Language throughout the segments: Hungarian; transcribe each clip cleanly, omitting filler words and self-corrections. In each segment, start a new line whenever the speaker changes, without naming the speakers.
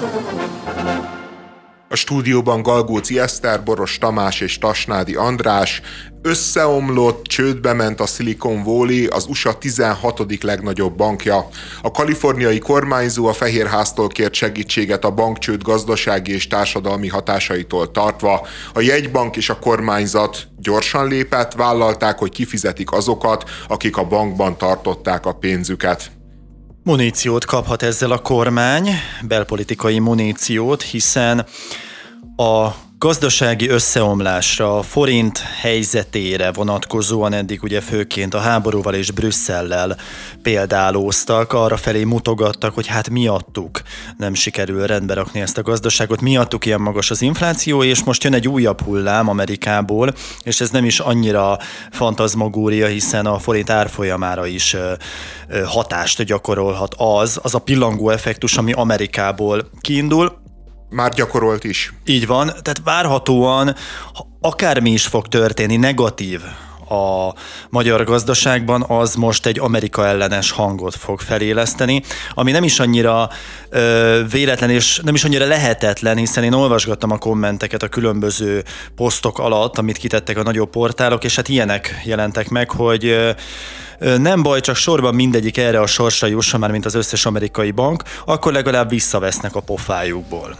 A stúdióban Galgóci Eszter, Boros Tamás és Tasnádi András. Összeomlott, csődbe ment a Silicon Valley, az USA 16. legnagyobb bankja. A kaliforniai kormányzó a Fehérháztól kért segítséget a bankcsőd gazdasági és társadalmi hatásaitól tartva. A jegybank és a kormányzat gyorsan lépett, vállalták, hogy kifizetik azokat, akik a bankban tartották a pénzüket.
Muníciót kaphat ezzel a kormány, belpolitikai muníciót, hiszen a gazdasági összeomlásra, a forint helyzetére vonatkozóan eddig ugye főként a háborúval és Brüsszellel példálóztak, arra felé mutogattak, hogy hát miattuk nem sikerül rendbe rakni ezt a gazdaságot, miattuk ilyen magas az infláció, és most jön egy újabb hullám Amerikából, és ez nem is annyira fantazmagória, hiszen a forint árfolyamára is hatást gyakorolhat az a pillangó effektus, ami Amerikából kiindul.
Már gyakorolt is.
Így van, tehát várhatóan akármi is fog történni negatív a magyar gazdaságban, az most egy Amerika ellenes hangot fog feléleszteni, ami nem is annyira véletlen és nem is annyira lehetetlen, hiszen én olvasgattam a kommenteket a különböző posztok alatt, amit kitettek a nagyobb portálok, és hát ilyenek jelentek meg, hogy nem baj, csak sorban mindegyik erre a sorsra jusson már, mint az összes amerikai bank, akkor legalább visszavesznek a pofájukból.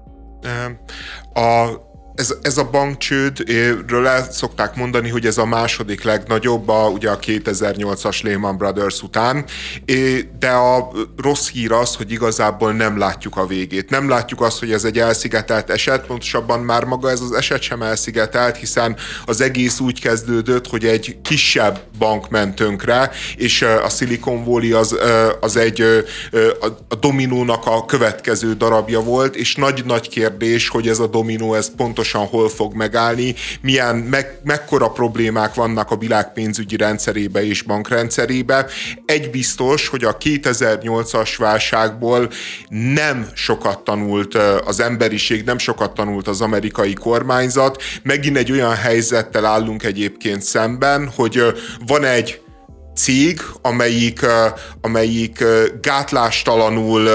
Ez a bankcsődről el szokták mondani, hogy ez a második legnagyobb, ugye a 2008-as Lehman Brothers után, de a rossz hír az, hogy igazából nem látjuk a végét. Nem látjuk azt, hogy ez egy elszigetelt eset, pontosabban már maga ez az eset sem elszigetelt, hiszen az egész úgy kezdődött, hogy egy kisebb bank ment tönkre, és a Silicon Valley az egy a dominónak a következő darabja volt, és nagy-nagy kérdés, hogy ez a dominó, ez pontosan hol fog megállni, mekkora problémák vannak a világ pénzügyi rendszerébe és bankrendszerébe. Egy biztos, hogy a 2008-as válságból nem sokat tanult az emberiség, nem sokat tanult az amerikai kormányzat. Megint egy olyan helyzettel állunk egyébként szemben, hogy van egy cég, amelyik gátlástalanul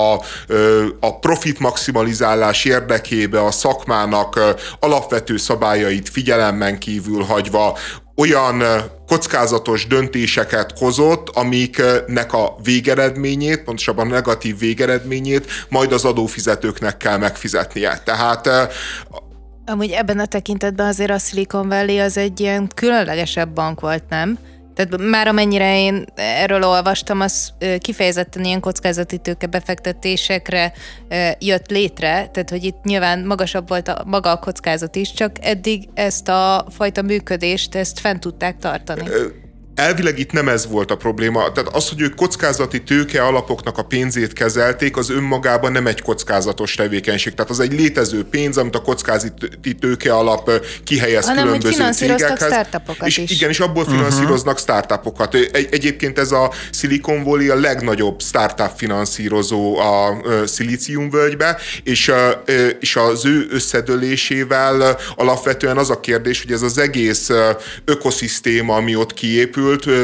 a profit maximalizálás érdekébe a szakmának alapvető szabályait figyelemben kívül hagyva olyan kockázatos döntéseket hozott, amiknek a végeredményét, pontosabban a negatív végeredményét majd az adófizetőknek kell megfizetnie. Tehát
amúgy ebben a tekintetben azért a Silicon Valley az egy ilyen különlegesebb bank volt, nem? Tehát már amennyire én erről olvastam, az kifejezetten ilyen kockázati tőke befektetésekre jött létre, tehát hogy itt nyilván magasabb volt maga a kockázat is, csak eddig ezt a fajta működést, ezt fent tudták tartani.
Elvileg itt nem ez volt a probléma. Tehát az, hogy ők kockázati tőke alapoknak a pénzét kezelték, az önmagában nem egy kockázatos tevékenység. Tehát az egy létező pénz, amit a kockázati tőke alap kihelyez különböző cégekhez. És igen, és abból finanszíroznak startupokat. Egyébként ez a Silicon Valley a legnagyobb startup finanszírozó a szilíciumvölgybe, és az ő összedőlésével alapvetően az a kérdés, hogy ez az egész ökoszisztéma, ami ott kiépült,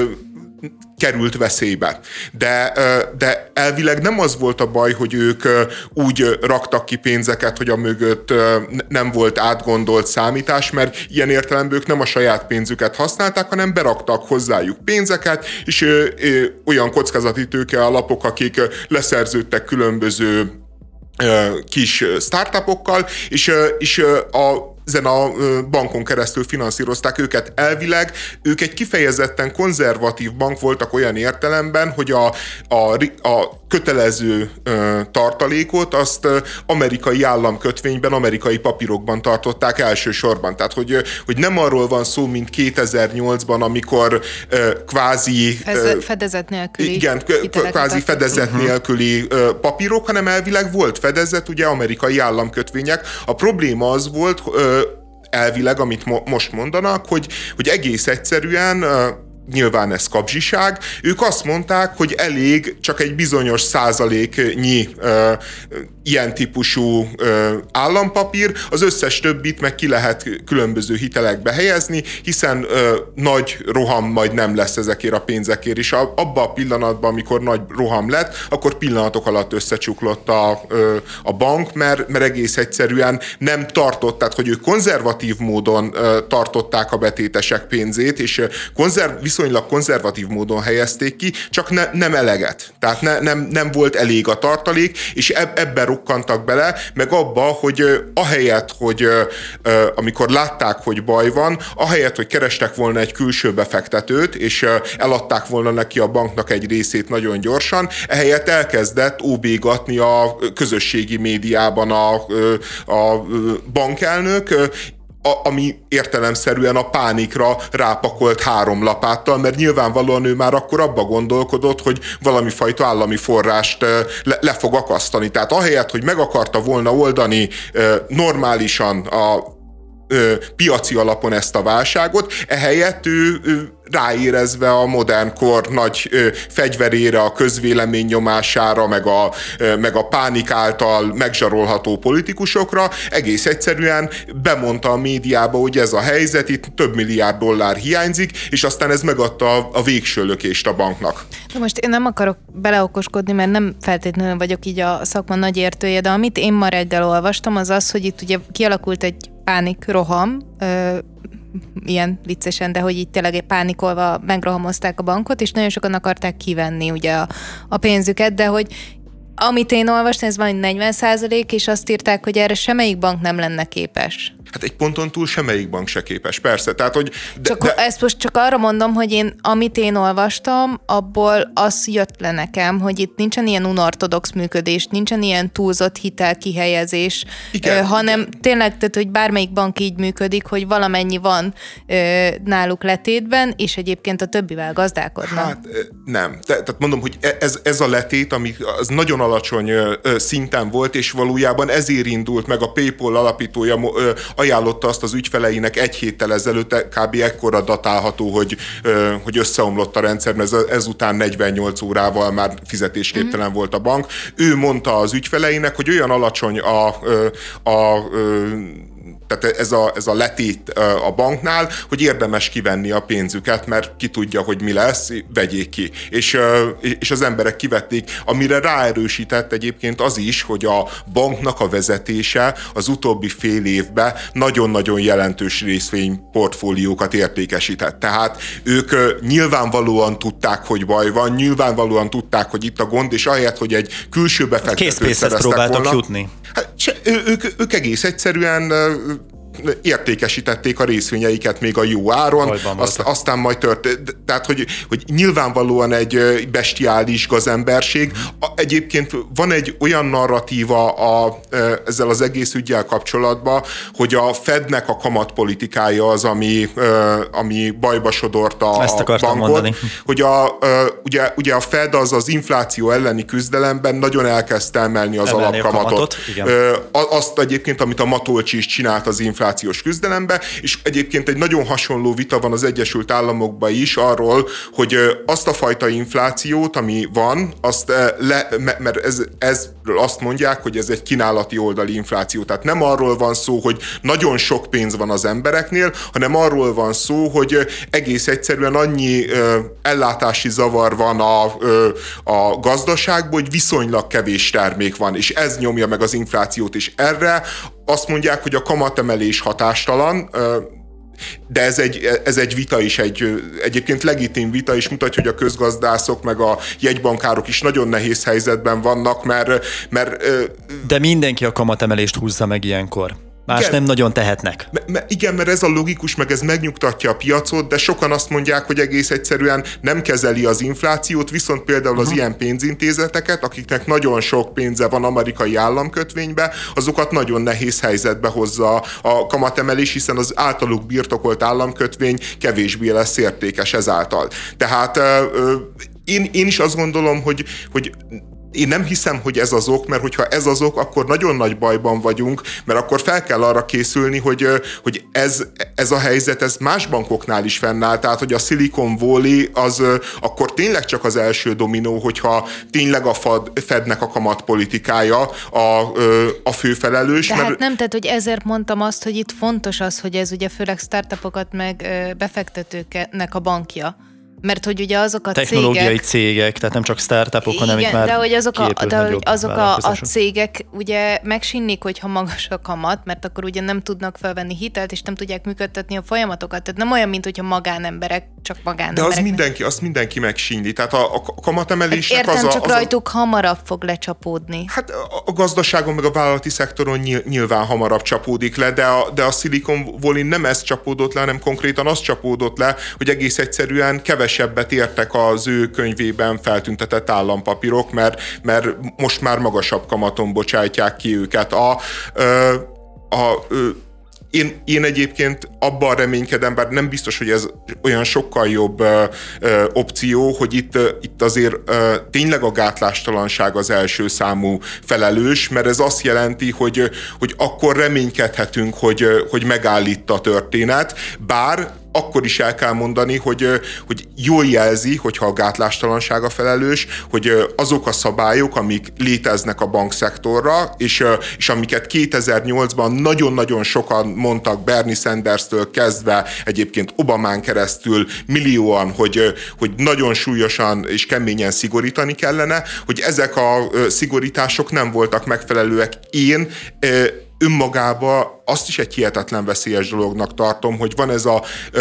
került veszélybe. De elvileg nem az volt a baj, hogy ők úgy raktak ki pénzeket, hogy a mögött nem volt átgondolt számítás, mert ilyen értelemben ők nem a saját pénzüket használták, hanem beraktak hozzájuk pénzeket, és olyan kockázati tőke alapok, akik leszerződtek különböző kis startupokkal, és ezen a bankon keresztül finanszírozták őket. Elvileg ők egy kifejezetten konzervatív bank voltak olyan értelemben, hogy a kötelező tartalékot azt amerikai államkötvényben, amerikai papírokban tartották elsősorban. Tehát, hogy nem arról van szó, mint 2008-ban, amikor kvázi
fedezet nélküli
igen, kvázi fedezet nélküli papírok, hanem elvileg volt fedezet, ugye amerikai államkötvények. A probléma az volt, elvileg, amit most mondanak, hogy egész egyszerűen nyilván ez kapzsiság, ők azt mondták, hogy elég csak egy bizonyos százaléknyi ilyen típusú állampapír, az összes többit meg ki lehet különböző hitelekbe helyezni, hiszen nagy roham majd nem lesz ezekért a pénzekért, és abban a pillanatban, amikor nagy roham lett, akkor pillanatok alatt összecsuklott a bank, mert egész egyszerűen nem tartott, tehát hogy ők konzervatív módon tartották a betétesek pénzét, és viszonylag konzervatív módon helyezték ki, csak nem eleget. Tehát nem volt elég a tartalék, és ebben rukkantak bele, meg abba, hogy ahelyett, hogy amikor látták, hogy baj van, ahelyett, hogy kerestek volna egy külső befektetőt, és eladták volna neki a banknak egy részét nagyon gyorsan, ehelyett elkezdett óbégatni a közösségi médiában a bankelnök, ami értelemszerűen a pánikra rápakolt 3 lapáttal, mert nyilvánvalóan ő már akkor abba gondolkodott, hogy valami fajta állami forrást le fog akasztani. Tehát ahelyett, hogy meg akarta volna oldani normálisan a piaci alapon ezt a válságot, ehelyett ő ráérezve a modern kor nagy fegyverére, a közvélemény nyomására, meg a pánik által megzsarolható politikusokra, egész egyszerűen bemondta a médiába, hogy ez a helyzet, itt több milliárd dollár hiányzik, és aztán ez megadta a végső lökést a banknak.
Na most én nem akarok beleokoskodni, mert nem feltétlenül vagyok így a szakma nagy értője, de amit én ma reggel olvastam, az az, hogy itt ugye kialakult egy pánikroham, ilyen viccesen, de hogy így tényleg pánikolva megrohamozták a bankot, és nagyon sokan akarták kivenni ugye a pénzüket, de hogy amit én olvastam, ez van 40%, és azt írták, hogy erre semmelyik bank nem lenne képes.
Hát egy ponton túl semmelyik bank se képes, persze. Tehát, hogy
ezt most csak arra mondom, hogy amit én olvastam, abból az jött le nekem, hogy itt nincsen ilyen unortodox működés, nincsen ilyen túlzott hitelkihelyezés, hanem tényleg, tehát, hogy bármelyik bank így működik, hogy valamennyi van náluk letétben, és egyébként a többivel gazdálkodnak.
Hát nem. Tehát mondom, hogy ez a letét, ami az nagyon alacsony szinten volt, és valójában ezért indult meg a PayPal alapítója, ajánlotta azt az ügyfeleinek 1 héttel ezelőtt, kb. Ekkora datálható, hogy összeomlott a rendszer, mert ezután 48 órával már fizetésképtelen volt a bank. Ő mondta az ügyfeleinek, hogy olyan alacsony tehát ez a letét a banknál, hogy érdemes kivenni a pénzüket, mert ki tudja, hogy mi lesz, vegyék ki. És az emberek kivették, amire ráerősített egyébként az is, hogy a banknak a vezetése az utóbbi fél évben nagyon-nagyon jelentős részvényportfóliókat értékesített. Tehát ők nyilvánvalóan tudták, hogy baj van, nyilvánvalóan tudták, hogy itt a gond, és ahelyett, hogy egy külső befektetőt szereztek volna.
Jutni.
Hát, ők egész egyszerűen értékesítették a részvényeiket még a jó áron, aztán majd történt. Tehát, hogy nyilvánvalóan egy bestiális gazemberség. Egyébként van egy olyan narratíva ezzel az egész üggyel kapcsolatban, hogy a Fednek a kamatpolitikája az, ami bajba sodorta a bankot. Mondani. Hogy ugye a Fed az infláció elleni küzdelemben nagyon elkezdte emelni az alapkamatot. Azt egyébként, amit a Matolcsi is csinált az inflációs küzdelembe, és egyébként egy nagyon hasonló vita van az Egyesült Államokban is arról, hogy azt a fajta inflációt, ami van, mert ezről azt mondják, hogy ez egy kínálati oldali infláció. Tehát nem arról van szó, hogy nagyon sok pénz van az embereknél, hanem arról van szó, hogy egész egyszerűen annyi ellátási zavar van a gazdaságban, hogy viszonylag kevés termék van, és ez nyomja meg az inflációt, és erre azt mondják, hogy a kamatemelés hatástalan, de ez egy vita is, egyébként legitim vita is, mutatja, hogy a közgazdászok meg a jegybankárok is nagyon nehéz helyzetben vannak, mert
de mindenki a kamatemelést húzza meg ilyenkor. Más nem nagyon tehetnek.
Igen, mert ez a logikus, meg ez megnyugtatja a piacot, de sokan azt mondják, hogy egész egyszerűen nem kezeli az inflációt, viszont például az ilyen pénzintézeteket, akiknek nagyon sok pénze van amerikai államkötvénybe, azokat nagyon nehéz helyzetbe hozza a kamatemelés, hiszen az általuk birtokolt államkötvény kevésbé lesz értékes ezáltal. Tehát én is azt gondolom, hogy én nem hiszem, hogy ez az ok, mert hogyha ez az ok, akkor nagyon nagy bajban vagyunk, mert akkor fel kell arra készülni, hogy ez a helyzet, ez más bankoknál is fennáll, tehát hogy a Silicon Valley az akkor tényleg csak az első dominó, hogyha tényleg a Fednek a kamatpolitikája a főfelelős.
De hát nem, tehát hogy ezért mondtam azt, hogy itt fontos az, hogy ez ugye főleg startupokat meg befektetőknek a bankja. Mert hogy ugye azok a
technológiai cégek, tehát nem csak startupok, hanem itt már
de hogy azok a cégek ugye megsinnik, hogyha magas a kamat, mert akkor ugye nem tudnak felvenni hitelt, és nem tudják működtetni a folyamatokat. Tehát nem olyan, mint hogyha magánemberek, csak magánemberek.
De azt mindenki megsínli. Tehát a kamatemelésnek
értem, csak rajtuk hamarabb fog lecsapódni.
Hát a gazdaságon meg a vállalati szektoron nyilván hamarabb csapódik le, de a Silicon Valley nem ez csapódott le, hanem konkrétan az csapódott le, hogy egész egyszerűen kevesebbet értek az ő könyvében feltüntetett állampapírok, mert most már magasabb kamaton bocsátják ki őket. Én egyébként abban reménykedem, bár nem biztos, hogy ez olyan sokkal jobb opció, hogy itt azért tényleg a gátlástalanság az első számú felelős, mert ez azt jelenti, hogy akkor reménykedhetünk, hogy megáll itt a történet, bár akkor is el kell mondani, hogy jól jelzi, hogyha a gátlástalanság a felelős, hogy azok a szabályok, amik léteznek a bankszektorra, és amiket 2008-ban nagyon-nagyon sokan mondtak Bernie Sanders-től kezdve, egyébként Obamán keresztül millióan, hogy nagyon súlyosan és keményen szigorítani kellene, hogy ezek a szigorítások nem voltak megfelelőek. Én önmagában azt is egy hihetetlen veszélyes dolognak tartom, hogy van ez a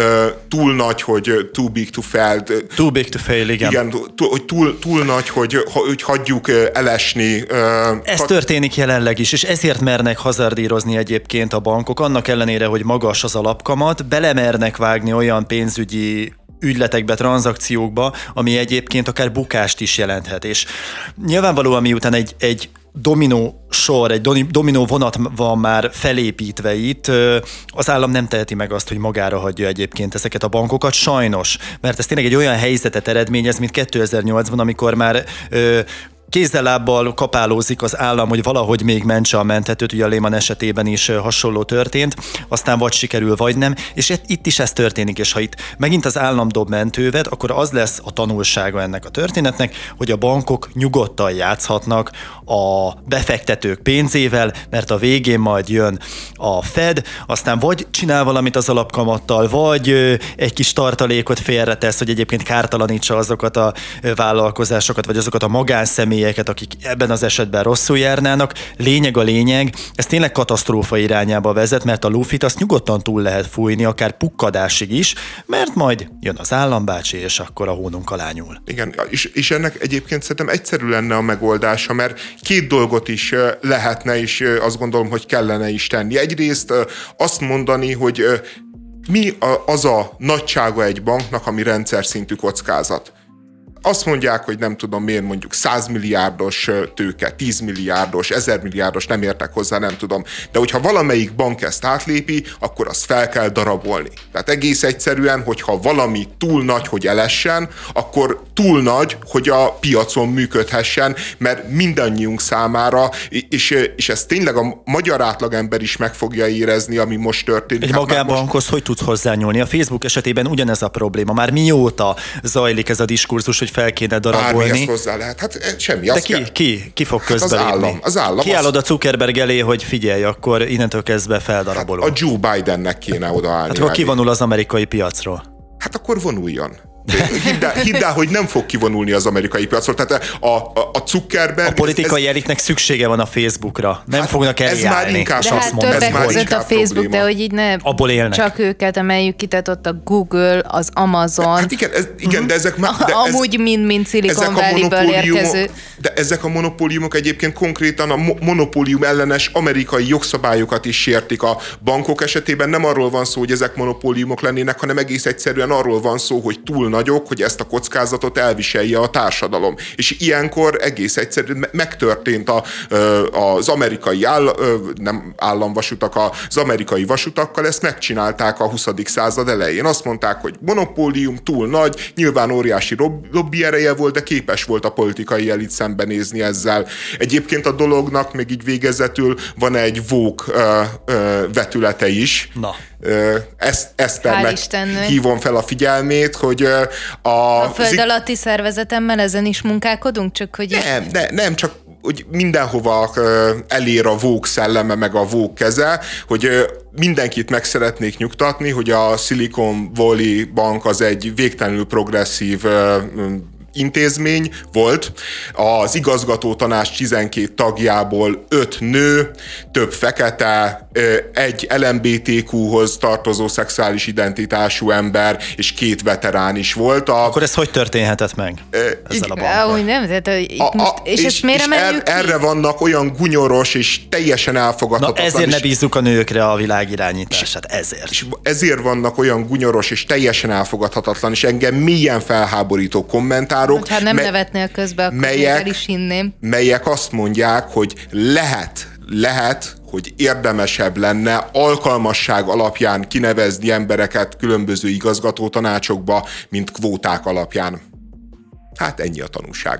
túl nagy, hogy too big to fail.
Too big to fail, igen.
Igen, hogy túl nagy, hogy hagyjuk elesni.
Ez történik jelenleg is, és ezért mernek hazardírozni egyébként a bankok, annak ellenére, hogy magas az alapkamat, belemernek vágni olyan pénzügyi ügyletekbe, tranzakciókba, ami egyébként akár bukást is jelenthet. És nyilvánvalóan miután egy dominó sor, egy dominó vonat van már felépítve itt, az állam nem teheti meg azt, hogy magára hagyja egyébként ezeket a bankokat, sajnos, mert ez tényleg egy olyan helyzetet eredményez, mint 2008-ban, amikor már kézzel-lábbal kapálózik az állam, hogy valahogy még mentse a menthetőt, ugye a Lehman esetében is hasonló történt, aztán vagy sikerül, vagy nem, és itt is ez történik, és ha itt megint az állam dob mentővet, akkor az lesz a tanulsága ennek a történetnek, hogy a bankok nyugodtan játszhatnak a befektetők pénzével, mert a végén majd jön a Fed, aztán vagy csinál valamit az alapkamattal, vagy egy kis tartalékot félretesz, hogy egyébként kártalanítsa azokat a vállalkozásokat, vagy azokat a magánszemélyeket, akik ebben az esetben rosszul járnának. Lényeg a lényeg, ez tényleg katasztrófa irányába vezet, mert a lufit azt nyugodtan túl lehet fújni, akár pukkadásig is, mert majd jön az állambácsi, és akkor a hónunk alá nyúl.
Igen, és ennek egyébként szerintem egyszerű lenne a megoldása, mert két dolgot is lehetne, és azt gondolom, hogy kellene is tenni. Egyrészt azt mondani, hogy mi az a nagysága egy banknak, ami rendszer szintű kockázat. Azt mondják, hogy nem tudom miért, mondjuk 100 milliárdos tőke, 10 milliárdos, 1000 milliárdos, nem értek hozzá, nem tudom. De hogyha valamelyik bank ezt átlépi, akkor azt fel kell darabolni. Tehát egész egyszerűen, hogyha valami túl nagy, hogy elessen, akkor túl nagy, hogy a piacon működhessen, mert mindannyiunk számára, és ezt tényleg a magyar átlagember is meg fogja érezni, ami most történik.
Egy magánbankhoz hogy tudsz hozzányúlni? A Facebook esetében ugyanez a probléma. Már mióta zajlik ez a diskurzus, hogy fel kéne darabolni.
Bármihez hozzá lehet. Hát semmi.
De ki fog közbelépni?
Az állam.
Kiállod a Zuckerberg elé, hogy figyelj, akkor innentől kezdve feldarabolom.
Hát a Joe Bidennek kéne odaállni.
Hát akkor kivonul az amerikai piacról.
Hát akkor vonuljon. Hidd el, hogy nem fog kivonulni az amerikai piacról. Tehát a Zuckerberg...
A politikai elitnek szüksége van a Facebookra. Nem fognak eljárni.
De hát többek között a Facebook, probléma. De hogy így ne csak őket emeljük ki, tehát ott a Google, az Amazon.
Hát igen, de ezek már...
Amúgy mind Silicon Valley-ből érkező.
De ezek a monopóliumok egyébként konkrétan a monopólium ellenes amerikai jogszabályokat is sértik. A bankok esetében nem arról van szó, hogy ezek monopóliumok lennének, hanem egész egyszerűen arról van szó, hogy túl nagyok, hogy ezt a kockázatot elviselje a társadalom. És ilyenkor egész egyszerűen megtörtént az amerikai nem államvasutak, az amerikai vasutakkal, ezt megcsinálták a 20. század elején. Azt mondták, hogy monopólium túl nagy, nyilván óriási lobby ereje volt, de képes volt a politikai elit szembenézni ezzel. Egyébként a dolognak még így végezetül van egy woke vetülete is.
Na.
Eszternek hívom fel a figyelmét, hogy
a föld alatti szervezetemmel ezen is munkálkodunk, csak hogy...
Nem, csak hogy mindenhova elér a woke szelleme, meg a woke keze, hogy mindenkit meg szeretnék nyugtatni, hogy a Silicon Valley Bank az egy végtelenül progresszív intézmény volt. Az igazgatótanács 12 tagjából 5 nő, több fekete, egy LMBTQ-hoz tartozó szexuális identitású ember, és 2 veterán is volt.
Akkor ez hogy történhetett meg? Ezzel a bankkal?
Nem, és ezt miért emeljük ki?
Erre vannak olyan gunyoros és teljesen elfogadhatatlan.
Na ezért ne bízzuk a nőkre a világ irányítását, ezért. És
ezért vannak olyan gunyoros és teljesen elfogadhatatlan, és engem mélyen felháborító kommentárok,
ha nem nevetnél közbe, akkor el is hinném.
Melyek azt mondják, hogy lehet, hogy érdemesebb lenne alkalmasság alapján kinevezni embereket különböző igazgatótanácsokba, mint kvóták alapján. Hát ennyi a tanúság.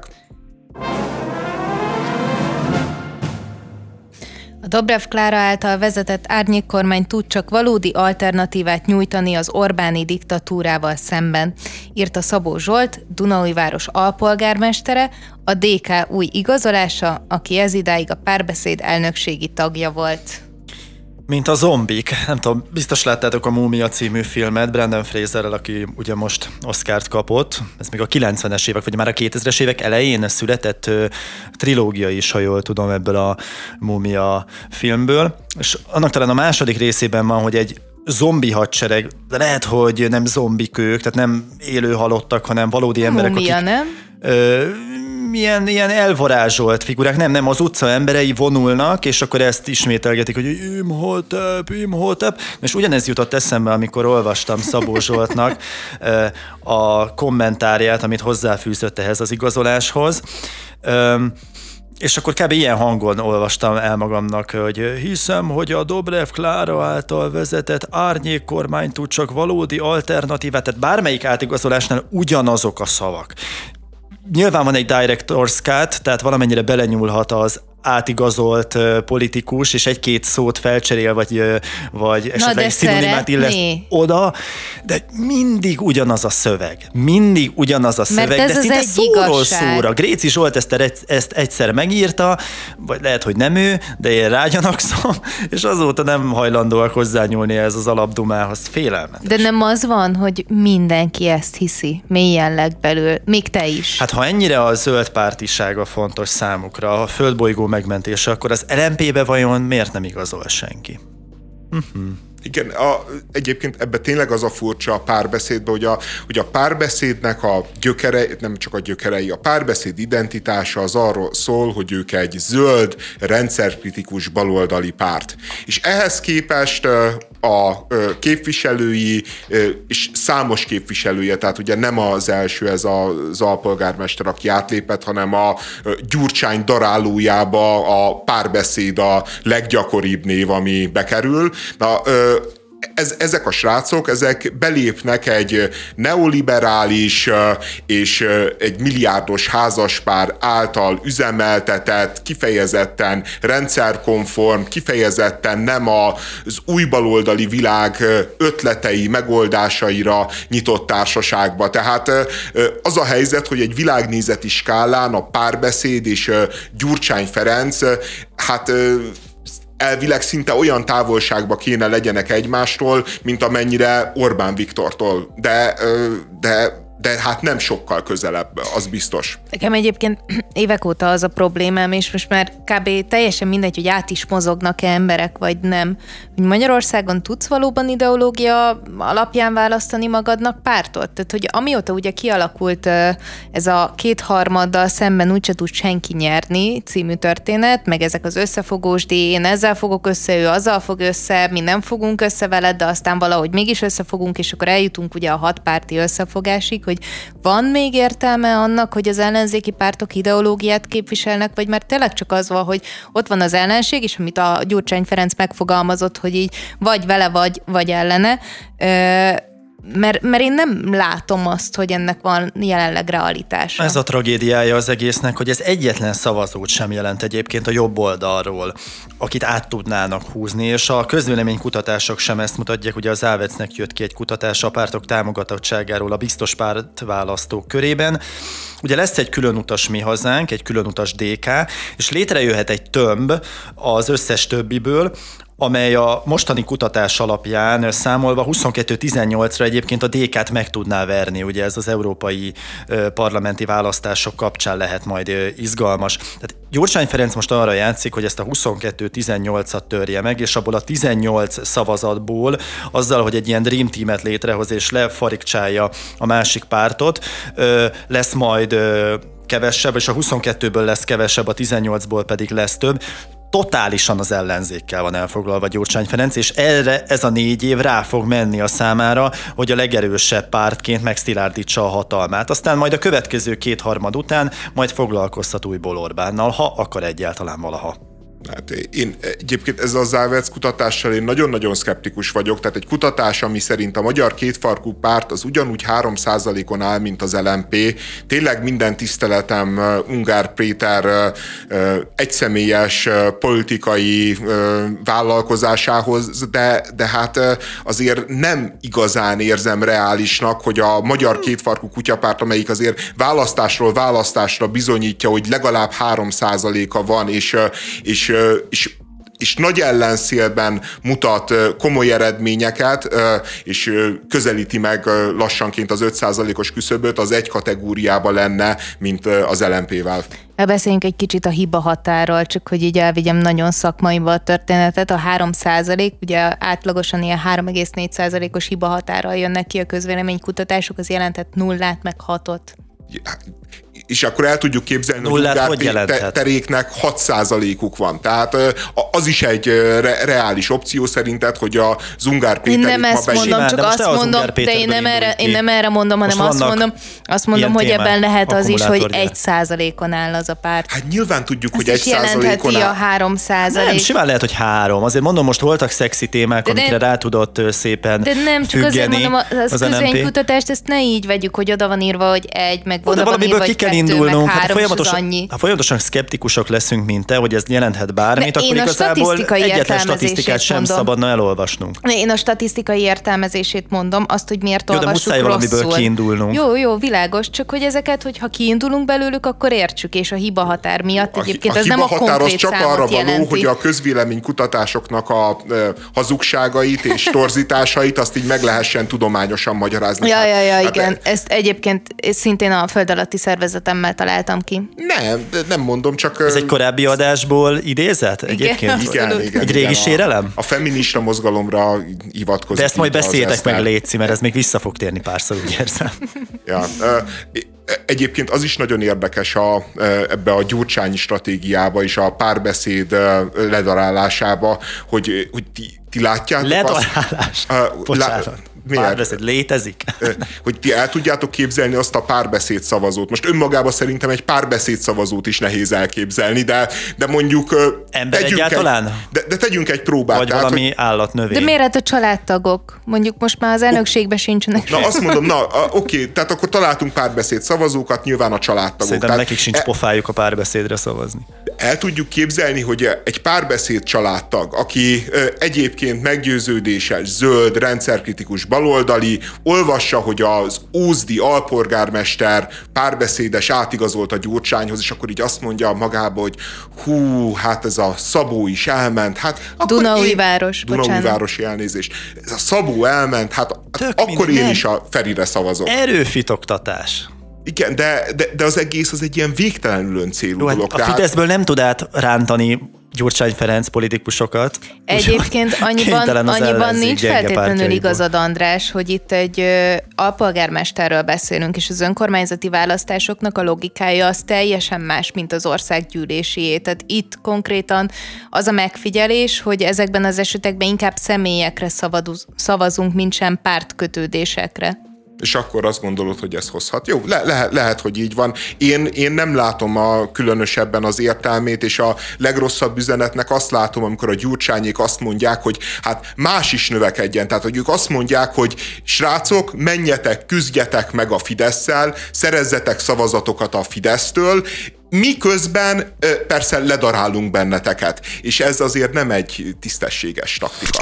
A Dobrev Klára által vezetett árnyékkormány tud csak valódi alternatívát nyújtani az Orbáni diktatúrával szemben, írta Szabó Zsolt, Dunaújváros alpolgármestere, a DK új igazolása, aki ezidáig a Párbeszéd elnökségi tagja volt.
Mint a zombik. Nem tudom, biztos láttátok a Múmia című filmet Brendan Fraserrel, aki ugye most Oscart kapott. Ez még a 90-es évek, vagy már a 2000-es évek elején született trilógia is, ha jól tudom, ebből a Múmia filmből. És annak talán a második részében van, hogy egy zombi hadsereg, de lehet, hogy nem zombik ők, tehát nem élő halottak, hanem valódi emberek,
Múmia,
akik...
nem?
Ilyen elvarázsolt figurák, nem, az utca emberei vonulnak, és akkor ezt ismételgetik, hogy Imhotep. És ugyanez jutott eszembe, amikor olvastam Szabó Zsoltnak a kommentárját, amit hozzáfűzött ehhez az igazoláshoz. És akkor kb. Ilyen hangon olvastam el magamnak, hogy hiszem, hogy a Dobrev Klára által vezetett árnyékkormány tud csak valódi alternatívát, tehát bármelyik átigazolásnál ugyanazok a szavak. Nyilván van egy director's cut, tehát valamennyire belenyúlhat az átigazolt politikus, és egy-két szót felcserél, vagy esetleg egy szinonimát illeszt oda, de mindig ugyanaz a szöveg. De szinte szóról szóra. Gréci Zsolt ezt egyszer megírta, vagy lehet, hogy nem ő, de én rágyanakszom, és azóta nem hajlandóak hozzányúlni ez az alapdumához. Félelmetes.
De nem az van, hogy mindenki ezt hiszi, mélyen legbelül, még te is.
Hát ha ennyire a zöld pártisága fontos számukra, a földbolygó megmentése, akkor az LMP-be vajon miért nem igazol senki?
Igen, egyébként ebben tényleg az a furcsa a párbeszédben, hogy a párbeszédnek a gyökerei, nem csak a gyökerei, a párbeszéd identitása az arról szól, hogy ők egy zöld, rendszerkritikus baloldali párt. És ehhez képest a képviselői, és számos képviselője, tehát ugye nem az első ez az alpolgármester, aki átlépett, hanem a Gyurcsány darálójába a párbeszéd a leggyakoribb név, ami bekerül. Na, ezek a srácok, ezek belépnek egy neoliberális és egy milliárdos házaspár által üzemeltetett, kifejezetten rendszerkonform, kifejezetten nem az új baloldali világ ötletei, megoldásaira nyitott társaságba. Tehát az a helyzet, hogy egy világnézeti skálán a Párbeszéd és Gyurcsány Ferenc, hát elvileg szinte olyan távolságba kéne legyenek egymástól, mint amennyire Orbán Viktortól. De hát nem sokkal közelebb, az biztos.
Nekem egyébként évek óta az a problémám, és most már kb. Teljesen mindegy, hogy át is mozognak-e emberek, vagy nem. Hogy Magyarországon tudsz valóban ideológia alapján választani magadnak pártot? Tehát, hogy amióta ugye kialakult ez a 2/3 szemben úgyse tud senki nyerni című történet, meg ezek az összefogós díj, én ezzel fogok össze, ő azzal fog össze, mi nem fogunk össze veled, de aztán valahogy mégis összefogunk, és akkor eljutunk ugye a 6 párti összefogásig, hogy van még értelme annak, hogy az ellenzéki pártok ideológiát képviselnek, vagy már tényleg csak az van, hogy ott van az ellenség, és amit a Gyurcsány Ferenc megfogalmazott, hogy így vagy vele, vagy ellene, mert én nem látom azt, hogy ennek van jelenleg realitása.
Ez a tragédiája az egésznek, hogy ez egyetlen szavazót sem jelent egyébként a jobb oldalról, akit át tudnának húzni, és a közvéleménykutatások sem ezt mutatják. Ugye az Ávecnek jött ki egy kutatás a pártok támogatottságáról a biztos pártválasztók körében. Ugye lesz egy különutas Mi Hazánk, egy különutas DK, és létrejöhet egy tömb az összes többiből, amely a mostani kutatás alapján számolva 22-18-ra egyébként a DK-t meg tudná verni, ugye ez az európai parlamenti választások kapcsán lehet majd izgalmas. Tehát Gyurcsány Ferenc most arra játszik, hogy ezt a 22-18-at törje meg, és abból a 18 szavazatból azzal, hogy egy ilyen Dream Teamet létrehoz és lefarigcsálja a másik pártot, lesz majd kevesebb, és a 22-ből lesz kevesebb, a 18-ból pedig lesz több. Totálisan az ellenzékkel van elfoglalva Gyurcsány Ferenc, és erre ez a 4 év rá fog menni a számára, hogy a legerősebb pártként megszilárdítsa a hatalmát. Aztán majd a következő 2/3 után majd foglalkoztat újból Orbánnal, ha akar egyáltalán valaha.
Hát én egyébként ezzel a Závec kutatással én nagyon-nagyon szkeptikus vagyok, tehát egy kutatás, ami szerint a magyar kétfarkú párt az ugyanúgy 3%-on áll, mint az LMP. Tényleg minden tiszteletem Ungár Péter egyszemélyes politikai vállalkozásához, de hát azért nem igazán érzem reálisnak, hogy a magyar kétfarkú kutyapárt, amelyik azért választásról választásra bizonyítja, hogy legalább 3%-a van, és nagy ellenszélben mutat komoly eredményeket, és közelíti meg lassanként az 5%-os küszöböt, az egy kategóriában lenne, mint az LMP-vel.
Beszéljünk egy kicsit a hiba határról, csak hogy így elvigyem nagyon szakmaiba a történetet. A 3%, ugye átlagosan ilyen 3,4%-os hiba határral jönnek ki a közvéleménykutatások, az jelentett 0-át meg 6-ot.
És akkor el tudjuk képzelni, hogy Ungár teréknek 6%-uk van. Tehát az is egy reális opció szerinted, hogy az Ungár Péterék
ma nem ezt mondom, csak azt mondom, de én nem erre mondom, hanem azt mondom, hogy ebben lehet az is, hogy 1%-on áll az a párt.
Hát nyilván tudjuk,
azt
hogy 1%-on áll.
A 3%.
Nem, simán lehet, hogy 3. Azért mondom, most voltak szexi témák, amikre rá tudott szépen
függeni. De nem, csak azért mondom, az közvéleménykutatást ezt ne így vegyük, hogy oda van írva, hogy 1, meg oda van írva, hogy 2, meg 3,
ha folyamatosan szkeptikusak leszünk, mint te, hogy ez jelenthet bármit,
de
akkor igazából egyetlen statisztikát sem szabadna elolvasnunk.
Én a statisztikai értelmezését mondom, azt, hogy miért olvassuk rosszul.
De muszáj valamiből kiindulnunk.
Jó, világos, csak hogy ezeket, hogyha kiindulunk belőlük, akkor értsük, és a hiba határ miatt egyébként ez nem a konkrét
csak
számot
arra
jelenti.
való, hogy a közvéleménykutatásoknak a hazugságait és torzításait azt így meg lehessen tudományosan magyarázni.
Ja, igen. Ezt egyébként szintén a föld alatti szervezetemmel találtam ki.
Nem mondom, csak...
Ez egy korábbi adásból idézet egyébként?
Igen.
Egy régi sérelem?
A feminista mozgalomra hivatkozik.
De ezt majd beszéljetek meg, létszi, mert ez még vissza fog térni párszor, úgy érzem.
Ja, egyébként az is nagyon érdekes ebbe a gyurcsányi stratégiába és a párbeszéd ledarálásába, hogy ti látjátok
Ledarálás? Bocsánat. Párbeszéd létezik?
Hogy ti el tudjátok képzelni azt a párbeszéd szavazót. Most önmagában szerintem egy párbeszéd szavazót is nehéz elképzelni, de mondjuk...
Ember egyáltalán?
De tegyünk egy próbát.
Vagy valami állatnövény.
De miért a családtagok? Mondjuk most már az elnökségben sincsenek.
Na azt mondom, oké, tehát akkor találtunk párbeszéd szavazókat, nyilván a családtagok.
Szerintem nekik sincs pofájuk a párbeszédre szavazni.
El tudjuk képzelni, hogy egy párbeszéd családtag, aki egyébként meggyőződéses, zöld, rendszerkritikus, baloldali, olvassa, hogy az ózdi alpolgármester párbeszédes átigazolt a Gyurcsányhoz, és akkor így azt mondja magába, hogy hát ez a Szabó is elment, hát Dunaújvárosi elnézést. Ez a Szabó elment, hát akkor én is a Ferire szavazok.
Erőfitoktatás.
Igen, de az egész az egy ilyen végtelenül öncélú dolog.
A Fideszből nem tud átrántani Gyurcsány Ferenc politikusokat.
Egyébként annyiban nincs feltétlenül igazad, András, hogy itt egy alpolgármesterről beszélünk, és az önkormányzati választásoknak a logikája az teljesen más, mint az országgyűlésié. Tehát itt konkrétan az a megfigyelés, hogy ezekben az esetekben inkább személyekre szavazunk, mint sem pártkötődésekre.
És akkor azt gondolod, hogy ez hozhat. Jó, lehet, hogy így van. Én nem látom különösebben az értelmét, és a legrosszabb üzenetnek azt látom, amikor a Gyurcsányék azt mondják, hogy hát más is növekedjen. Tehát, hogy ők azt mondják, hogy srácok, menjetek, küzdjetek meg a Fidesszel, szerezzetek szavazatokat a Fidesztől, miközben persze ledarálunk benneteket. És ez azért nem egy tisztességes taktika.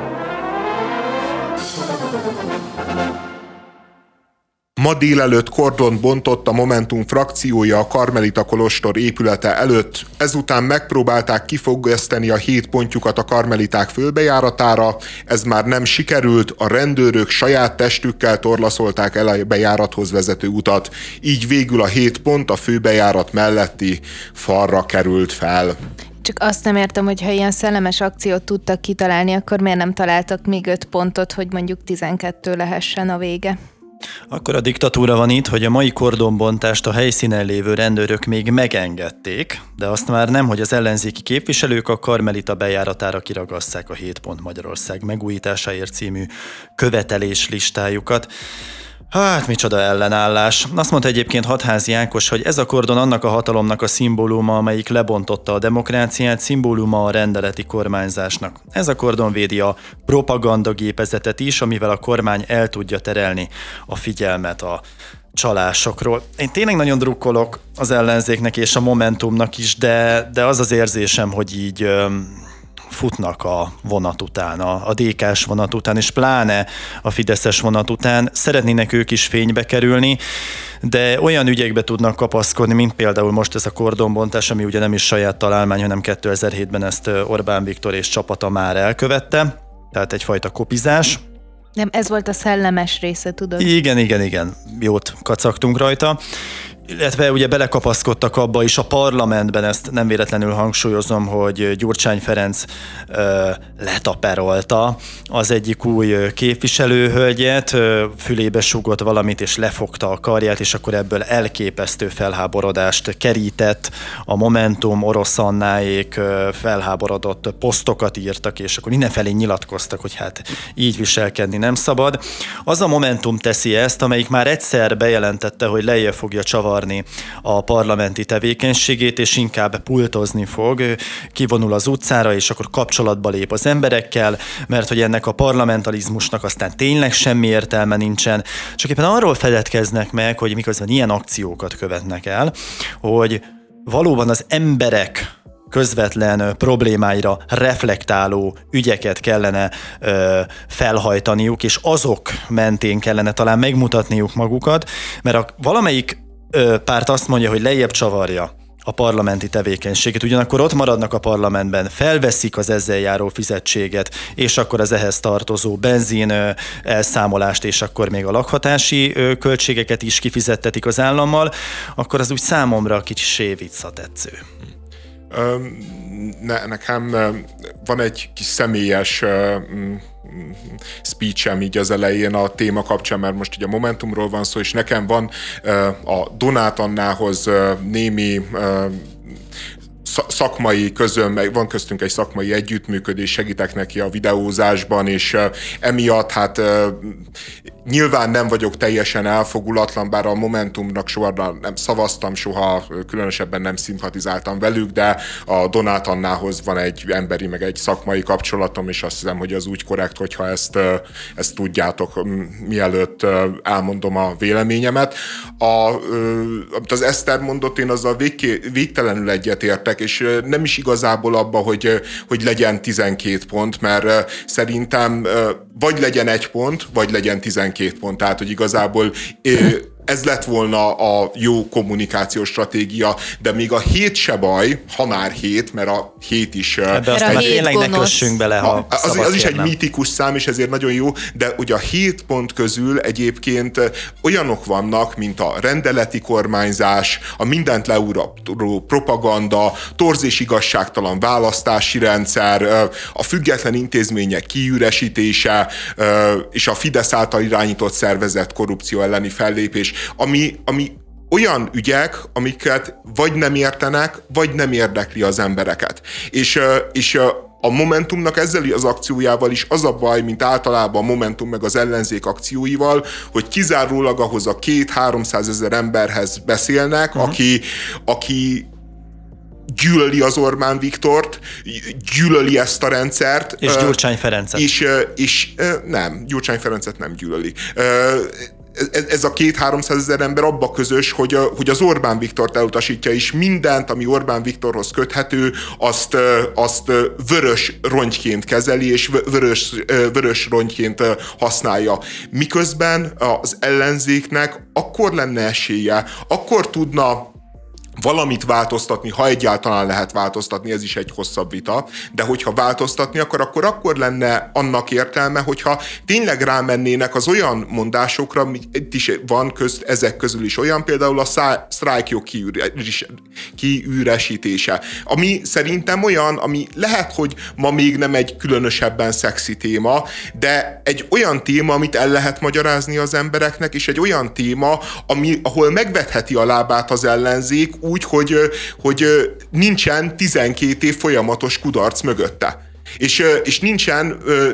Ma délelőtt kordont bontott a Momentum frakciója a Karmelita kolostor épülete előtt. Ezután megpróbálták kifogásztani a 7 pontjukat a karmeliták főbejáratára. Ez már nem sikerült, a rendőrök saját testükkel torlaszolták el a bejárathoz vezető utat. Így végül a 7 pont a főbejárat melletti falra került fel.
Csak azt nem értem, hogy ha ilyen szellemes akciót tudtak kitalálni, akkor miért nem találtak még 5 pontot, hogy mondjuk 12 lehessen a vége?
Akkor a diktatúra van itt, hogy a mai kordonbontást a helyszínen lévő rendőrök még megengedték, de azt már nem, hogy az ellenzéki képviselők a Karmelita bejáratára kiragasszák a 7 pont Magyarország megújításáért című követelés listájukat. Hát, micsoda ellenállás. Azt mondta egyébként Hatházi Ákos, hogy ez a kordon annak a hatalomnak a szimbóluma, amelyik lebontotta a demokráciát, szimbóluma a rendeleti kormányzásnak. Ez a kordon védi a propagandagépezetet is, amivel a kormány el tudja terelni a figyelmet a csalásokról. Én tényleg nagyon drukkolok az ellenzéknek és a Momentumnak is, de az az érzésem, hogy így futnak a vonat után, a DK-s vonat után, és pláne a fideszes vonat után. Szeretnének ők is fénybe kerülni, de olyan ügyekbe tudnak kapaszkodni, mint például most ez a kordonbontás, ami ugye nem is saját találmány, hanem 2007-ben ezt Orbán Viktor és csapata már elkövette, tehát egyfajta kopizás.
Nem, ez volt a szellemes része, tudod? Igen.
Jót kacagtunk rajta. Illetve ugye belekapaszkodtak abba is a parlamentben, ezt nem véletlenül hangsúlyozom, hogy Gyurcsány Ferenc letaperolta az egyik új képviselőhölgyet, fülébe súgott valamit és lefogta a karját, és akkor ebből elképesztő felháborodást kerített a Momentum, Orosz Annáék felháborodott posztokat írtak, és akkor mindenfelé nyilatkoztak, hogy hát így viselkedni nem szabad. Az a Momentum teszi ezt, amelyik már egyszer bejelentette, hogy lejjebb fogja csavarni a parlamenti tevékenységét, és inkább pultozni fog, kivonul az utcára, és akkor kapcsolatba lép az emberekkel, mert hogy ennek a parlamentarizmusnak aztán tényleg semmi értelme nincsen. Csak éppen arról feledkeznek meg, hogy miközben ilyen akciókat követnek el, hogy valóban az emberek közvetlen problémáira reflektáló ügyeket kellene felhajtaniuk, és azok mentén kellene talán megmutatniuk magukat, mert valamelyik párt azt mondja, hogy lejjebb csavarja a parlamenti tevékenységet, ugyanakkor ott maradnak a parlamentben, felveszik az ezzel járó fizetséget, és akkor az ehhez tartozó benzin elszámolást, és akkor még a lakhatási költségeket is kifizettetik az állammal, akkor az úgy számomra kicsi viccatetsző.
Nekem van egy kis személyes speechem így az elején a téma kapcsán, mert most ugye a Momentumról van szó, és nekem van a Donát Annához némi szakmai közöm, van köztünk egy szakmai együttműködés, segítek neki a videózásban, és emiatt hát nyilván nem vagyok teljesen elfogulatlan, bár a Momentumnak soha nem szavaztam, soha különösebben nem szimpatizáltam velük, de a Donát Annához van egy emberi, meg egy szakmai kapcsolatom, és azt hiszem, hogy az úgy korrekt, hogyha ezt tudjátok, mielőtt elmondom a véleményemet. Amit az Eszter mondott, én azzal végtelenül egyetértek, és nem is igazából abba, hogy legyen 12 pont, mert szerintem vagy legyen 1 pont, vagy legyen 12 pont. Tehát, hogy igazából ez lett volna a jó kommunikációs stratégia, de még a 7 se baj, ha már 7, mert a 7 is...
Ebbe aztán tényleg ne kössünk bele, ha
az is egy mítikus szám, és ezért nagyon jó, de ugye a 7 pont közül egyébként olyanok vannak, mint a rendeleti kormányzás, a mindent leuraló propaganda, torz és igazságtalan választási rendszer, a független intézmények kiüresítése, és a Fidesz által irányított szervezett korrupció elleni fellépés, ami olyan ügyek, amiket vagy nem értenek, vagy nem érdekli az embereket. És a Momentumnak ezzel az akciójával is az a baj, mint általában a Momentum meg az ellenzék akcióival, hogy kizárólag ahhoz a 200-300 ezer emberhez beszélnek, aki gyűlöli az Orbán Viktort, gyűlöli ezt a rendszert.
És Gyurcsány Ferencet.
És nem, Gyurcsány Ferencet nem gyűlöli. Ez a 200-300 ezer ember abba közös, hogy az Orbán Viktort elutasítja, és mindent, ami Orbán Viktorhoz köthető, azt vörös rongyként kezeli, és vörös rongyként használja. Miközben az ellenzéknek akkor lenne esélye, akkor tudna valamit változtatni, ha egyáltalán lehet változtatni, ez is egy hosszabb vita, de hogyha változtatni akkor lenne annak értelme, hogyha tényleg rámennének az olyan mondásokra, itt is van ezek közül is olyan, például a sztrájkjog kiüresítése, ami szerintem olyan, ami lehet, hogy ma még nem egy különösebben szexi téma, de egy olyan téma, amit el lehet magyarázni az embereknek, és egy olyan téma, ahol megvetheti a lábát az ellenzék, úgy, hogy nincsen 12 év folyamatos kudarc mögötte. És nincsen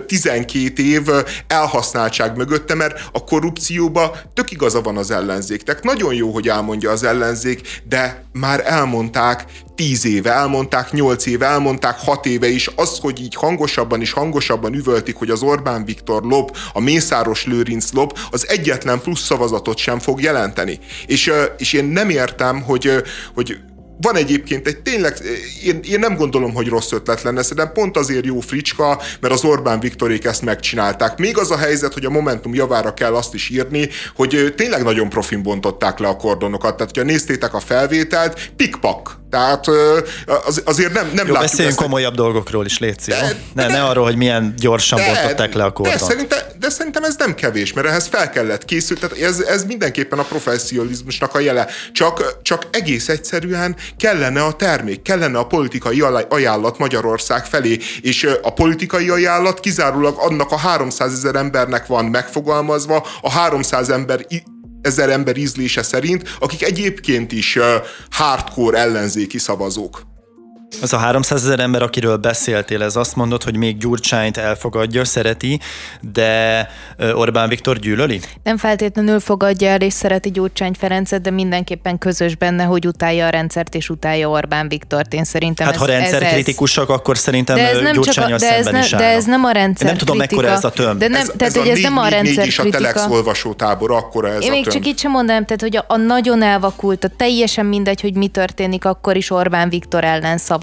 12 év elhasználtság mögötte, mert a korrupcióba tök igaza van az ellenzéknek. Nagyon jó, hogy elmondja az ellenzék, de már elmondták 10 éve, elmondták 8 éve, elmondták 6 éve is. Az, hogy így hangosabban és hangosabban üvöltik, hogy az Orbán Viktor lop, a Mészáros Lőrinc lop, az egyetlen plusz szavazatot sem fog jelenteni. És én nem értem, hogy van egyébként egy tényleg, én nem gondolom, hogy rossz ötlet lenne, szerintem pont azért jó fricska, mert az Orbán Viktorék ezt megcsinálták. Még az a helyzet, hogy a Momentum javára kell azt is írni, hogy tényleg nagyon profin bontották le a kordonokat. Tehát, hogyha néztétek a felvételt, pikpak. Tehát azért nem
jó,
látjuk
beszéljünk komolyabb dolgokról is, légy szíves. Ne arról, hogy milyen gyorsan bontották le a kordont.
De szerintem ez nem kevés, mert ehhez fel kellett készülni. Tehát ez mindenképpen a professzionalizmusnak a jele. Csak egész egyszerűen kellene a termék, kellene a politikai ajánlat Magyarország felé, és a politikai ajánlat kizárólag annak a 300 000 embernek van megfogalmazva, a 300 ezer ember ízlése szerint, akik egyébként is hardcore ellenzéki szavazók.
Az a 300 000 ember, akiről beszéltél, ez azt mondod, hogy még Gyurcsányt elfogadja, szereti, de Orbán Viktor gyűlöli?
Nem feltétlenül fogadja el és szereti Gyurcsány Ferencet, de mindenképpen közös benne, hogy utálja a rendszert és utálja Orbán Viktort. Én szerintem
ha rendszerkritikusak, akkor szerintem Gyurcsánnyal szemben is állnak.
De ez nem a rendszerkritika.
Nem tudom, mekkora ez a tömb.
Ez nem a rendszerkritika.
Mégis a Telex olvasótábor, akkora ez a tömb.
Én még csak így sem mondanám, tehát, hogy a nagyon elvakult, a teljesen mindegy, hogy mi történik, akkor is Orbán Viktor ellen szavazok.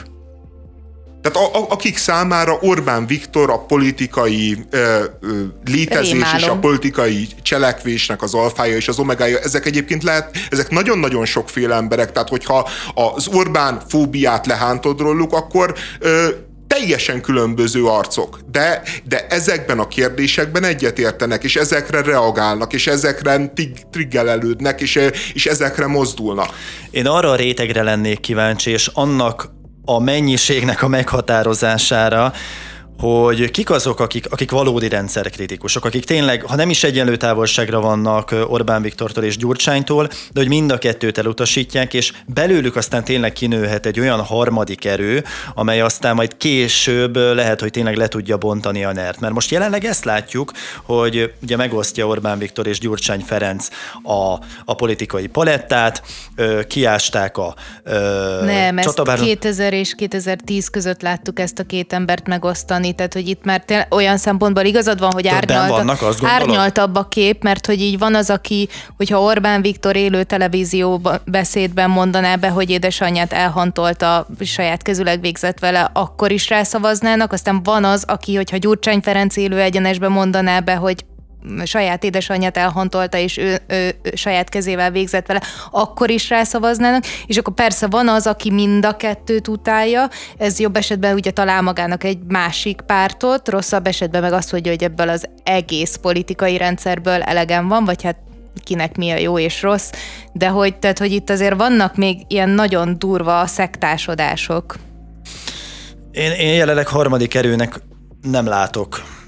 Tehát akik számára Orbán Viktor a politikai létezés és a politikai cselekvésnek az alfája és az omegája, ezek egyébként ezek nagyon-nagyon sokféle emberek, tehát hogyha az Orbán fóbiát lehántod róluk, akkor teljesen különböző arcok, de ezekben a kérdésekben egyetértenek, és ezekre reagálnak, és ezekre triggelelődnek, és ezekre mozdulnak.
Én arra a rétegre lennék kíváncsi, és annak a mennyiségnek a meghatározására, hogy kik azok, akik valódi rendszerkritikusok, akik tényleg, ha nem is egyenlő távolságra vannak Orbán Viktortól és Gyurcsánytól, de hogy mind a kettőt elutasítják, és belőlük aztán tényleg kinőhet egy olyan harmadik erő, amely aztán majd később lehet, hogy tényleg le tudja bontani a NER-t. Mert most jelenleg ezt látjuk, hogy ugye megosztja Orbán Viktor és Gyurcsány Ferenc a politikai palettát, kiásták a
Nem, ezt 2000 és 2010 között láttuk ezt a két embert megosztani, tehát hogy itt már olyan szempontból igazad van, hogy árnyaltabb a kép, mert hogy így van az, aki, hogyha Orbán Viktor élő televízió beszédben mondaná be, hogy édesanyját elhantolta, saját kezüleg végzett vele, akkor is rászavaznának, aztán van az, aki, hogyha Gyurcsány Ferenc élő egyenesben mondaná be, hogy saját édesanyját elhantolta, és ő saját kezével végzett vele, akkor is rászavaznának, és akkor persze van az, aki mind a kettőt utálja, ez jobb esetben ugye talál magának egy másik pártot, rosszabb esetben meg azt mondja, hogy ebből az egész politikai rendszerből elegem van, vagy hát kinek mi a jó és rossz, de hogy itt azért vannak még ilyen nagyon durva szektásodások.
Én jelenleg harmadik erőnek nem látok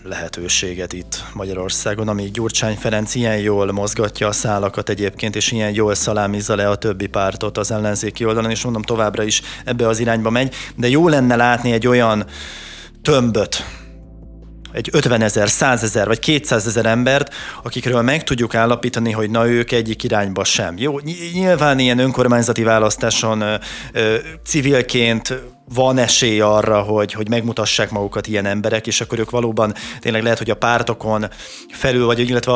lehetőséget itt Magyarországon, amíg Gyurcsány Ferenc ilyen jól mozgatja a szálakat egyébként, és ilyen jól szalámizza le a többi pártot az ellenzéki oldalon, és mondom, továbbra is ebbe az irányba megy, de jó lenne látni egy olyan tömböt, egy 50 000, 100 000 vagy 200 000 embert, akikről meg tudjuk állapítani, hogy na ők egyik irányba sem. Jó, nyilván ilyen önkormányzati választáson civilként van esély arra, hogy megmutassák magukat ilyen emberek, és akkor ők valóban tényleg lehet, hogy a pártokon felül, vagy illetve a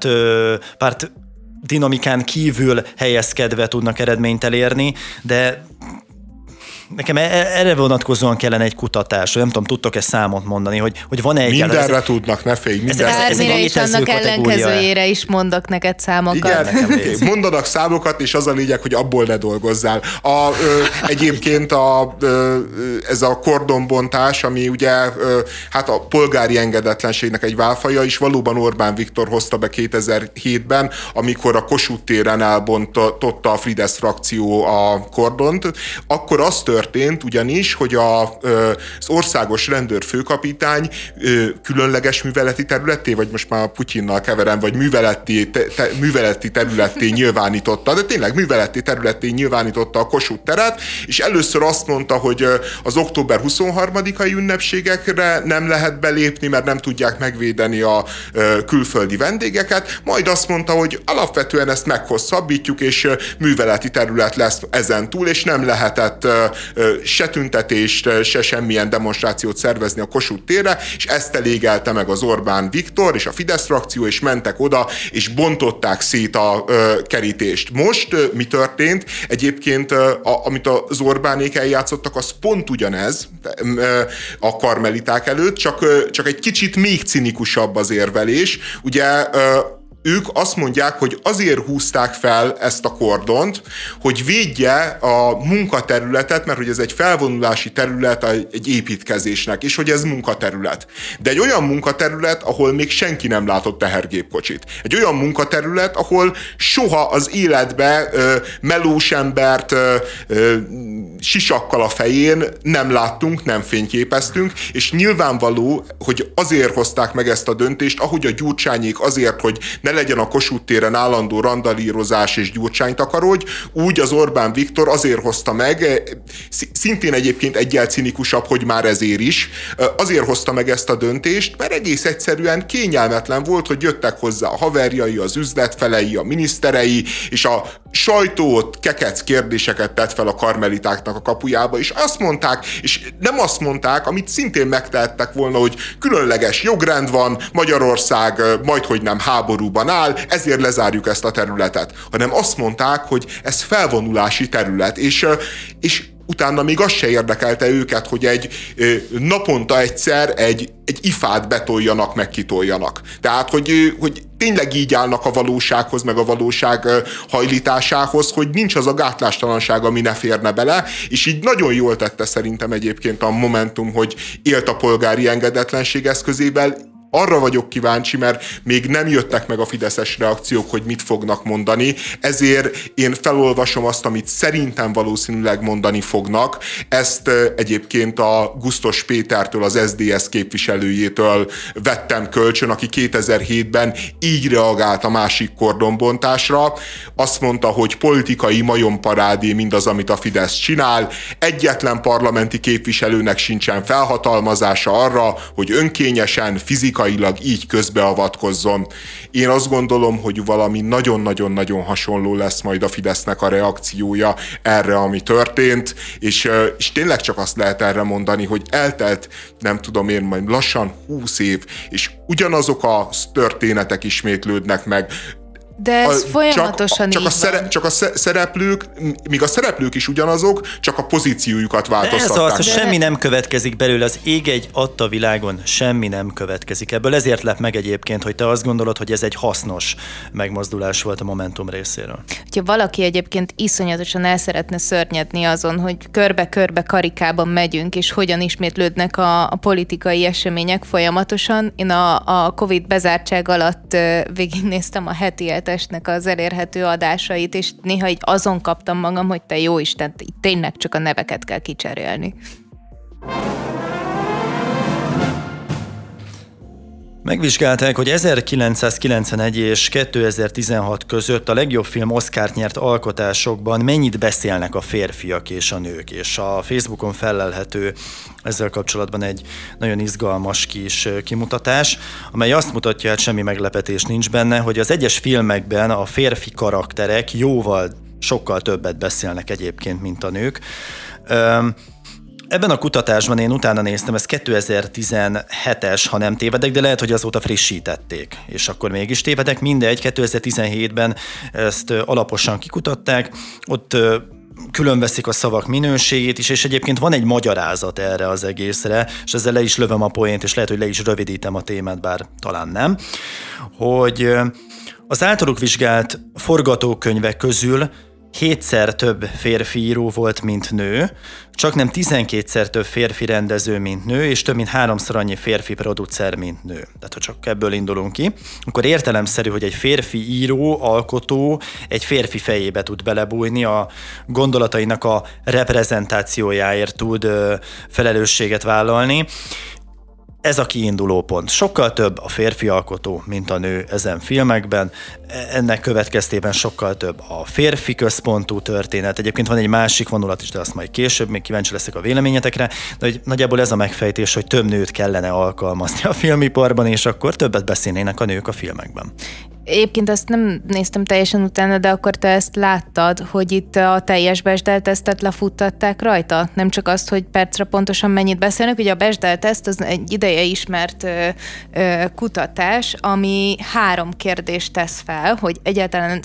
párt dinamikán kívül helyezkedve tudnak eredményt elérni, de nekem erre vonatkozóan kellene egy kutatás, nem tudom, tudtok-e számot mondani, hogy van-e egyáltalán...
Mindenre tudnak, ne félj, mindenre.
Bármire is, annak ellenkezőjére is mondok neked számokat.
Igen, mondanak számokat, és az a lényeg, hogy abból ne dolgozzál. Egyébként ez a kordonbontás, ami ugye hát a polgári engedetlenségnek egy válfaja, is valóban Orbán Viktor hozta be 2007-ben, amikor a Kossuth téren elbontotta a Fidesz frakció a kordont. Akkor az történt ugyanis, hogy az országos rendőrfőkapitány különleges műveleti területté, vagy most már Putyinnal keverem, vagy műveleti területté nyilvánította, de tényleg műveleti területté nyilvánította a Kossuth teret, és először azt mondta, hogy az október 23-ai ünnepségekre nem lehet belépni, mert nem tudják megvédeni a külföldi vendégeket, majd azt mondta, hogy alapvetően ezt meghosszabbítjuk, és műveleti terület lesz ezen túl, és nem lehetett se tüntetést, se semmilyen demonstrációt szervezni a Kossuth térre, és ezt elégelte meg az Orbán Viktor és a Fidesz frakció, és mentek oda, és bontották szét a kerítést. Most mi történt? Egyébként, amit az Orbánék eljátszottak, az pont ugyanez a karmeliták előtt, csak egy kicsit még cinikusabb az érvelés. Ugye ők azt mondják, hogy azért húzták fel ezt a kordont, hogy védje a munkaterületet, mert hogy ez egy felvonulási terület egy építkezésnek, és hogy ez munkaterület. De egy olyan munkaterület, ahol még senki nem látott tehergépkocsit. Egy olyan munkaterület, ahol soha az életbe melós embert sisakkal a fején nem láttunk, nem fényképeztünk, és nyilvánvaló, hogy azért hozták meg ezt a döntést, ahogy a Gyurcsányék azért, hogy ne legyen a Kossuth téren állandó randalírozás és gyurcsánytakarodj, úgy az Orbán Viktor azért hozta meg, szintén egyébként egyel cinikusabb, hogy már ezért is, azért hozta meg ezt a döntést, mert egész egyszerűen kényelmetlen volt, hogy jöttek hozzá a haverjai, az üzletfelei, a miniszterei, és a sajtót kekec kérdéseket tett fel a karmelitáknak a kapujába, és azt mondták, és nem azt mondták, amit szintén megtehettek volna, hogy különleges jogrend van, Magyarország majdhogy nem háborúban áll, ezért lezárjuk ezt a területet, hanem azt mondták, hogy ez felvonulási terület, és utána még az se érdekelte őket, hogy egy naponta egyszer egy ifát betoljanak, meg kitoljanak. Tehát, hogy tényleg így állnak a valósághoz, meg a valóság hajlításához, hogy nincs az a gátlástalanság, ami ne férne bele, és így nagyon jól tette szerintem egyébként a Momentum, hogy élt a polgári engedetlenség eszközével. Arra vagyok kíváncsi, mert még nem jöttek meg a fideszes reakciók, hogy mit fognak mondani, ezért én felolvasom azt, amit szerintem valószínűleg mondani fognak. Ezt egyébként a Gusztos Pétertől, az SZDSZ képviselőjétől vettem kölcsön, aki 2007-ben így reagált a másik kordonbontásra. Azt mondta, hogy politikai majomparádé mindaz, amit a Fidesz csinál. Egyetlen parlamenti képviselőnek sincsen felhatalmazása arra, hogy önkényesen, fizikailag így közbeavatkozzon. Én azt gondolom, hogy valami nagyon-nagyon-nagyon hasonló lesz majd a Fidesznek a reakciója erre, ami történt, és tényleg csak azt lehet erre mondani, hogy eltelt, nem tudom én, majd lassan 20 év, és ugyanazok a történetek ismétlődnek meg.
De ez folyamatosan
csak a szereplők, míg a szereplők is ugyanazok, csak a pozíciójukat változtatták.
Ez az, hogy semmi nem következik belőle, az ég egy adta világon, semmi nem következik ebből. Ezért lep meg egyébként, hogy te azt gondolod, hogy ez egy hasznos megmozdulás volt a Momentum részéről. Ha
valaki egyébként iszonyatosan el szeretne szörnyedni azon, hogy körbe-körbe karikában megyünk, és hogyan ismétlődnek a politikai események folyamatosan. Én a Covid bezártság alatt végignéztem a heti testnek az elérhető adásait, és néha így azon kaptam magam, hogy te jó Isten, tényleg csak a neveket kell kicserélni.
Megvizsgálták, hogy 1991 és 2016 között a legjobb film Oscart nyert alkotásokban mennyit beszélnek a férfiak és a nők, és a Facebookon fellelhető ezzel kapcsolatban egy nagyon izgalmas kis kimutatás, amely azt mutatja, hát semmi meglepetés nincs benne, hogy az egyes filmekben a férfi karakterek sokkal többet beszélnek egyébként, mint a nők. Ebben a kutatásban én utána néztem, ez 2017-es, ha nem tévedek, de lehet, hogy azóta frissítették, és akkor mégis tévedek. Mindegy, 2017-ben ezt alaposan kikutatták, ott különveszik a szavak minőségét is, és egyébként van egy magyarázat erre az egészre, és ezzel le is lövöm a poént, és lehet, hogy le is rövidítem a témát, bár talán nem, hogy az általuk vizsgált forgatókönyvek közül 7-szer több férfi író volt, mint nő, csaknem 12-szer több férfi rendező, mint nő, és több mint 3-szor annyi férfi producer, mint nő. Tehát, ha csak ebből indulunk ki, akkor értelemszerű, hogy egy férfi író, alkotó egy férfi fejébe tud belebújni, a gondolatainak a reprezentációjáért tud felelősséget vállalni. Ez a kiinduló pont. Sokkal több a férfi alkotó, mint a nő ezen filmekben. Ennek következtében sokkal több a férfi központú történet. Egyébként van egy másik vonulat is, de azt majd később, még kíváncsi leszek a véleményetekre, de hogy nagyjából ez a megfejtés, hogy több nőt kellene alkalmazni a filmiparban, és akkor többet beszélnének a nők a filmekben.
Egyébként azt nem néztem teljesen utána, de akkor te ezt láttad, hogy itt a teljes Bechdel-tesztet lefuttatták rajta? Nem csak azt, hogy percre pontosan mennyit beszélnek, ugye a Bechdel-teszt az egy ideje ismert kutatás, ami 3 kérdést tesz fel, hogy egyáltalán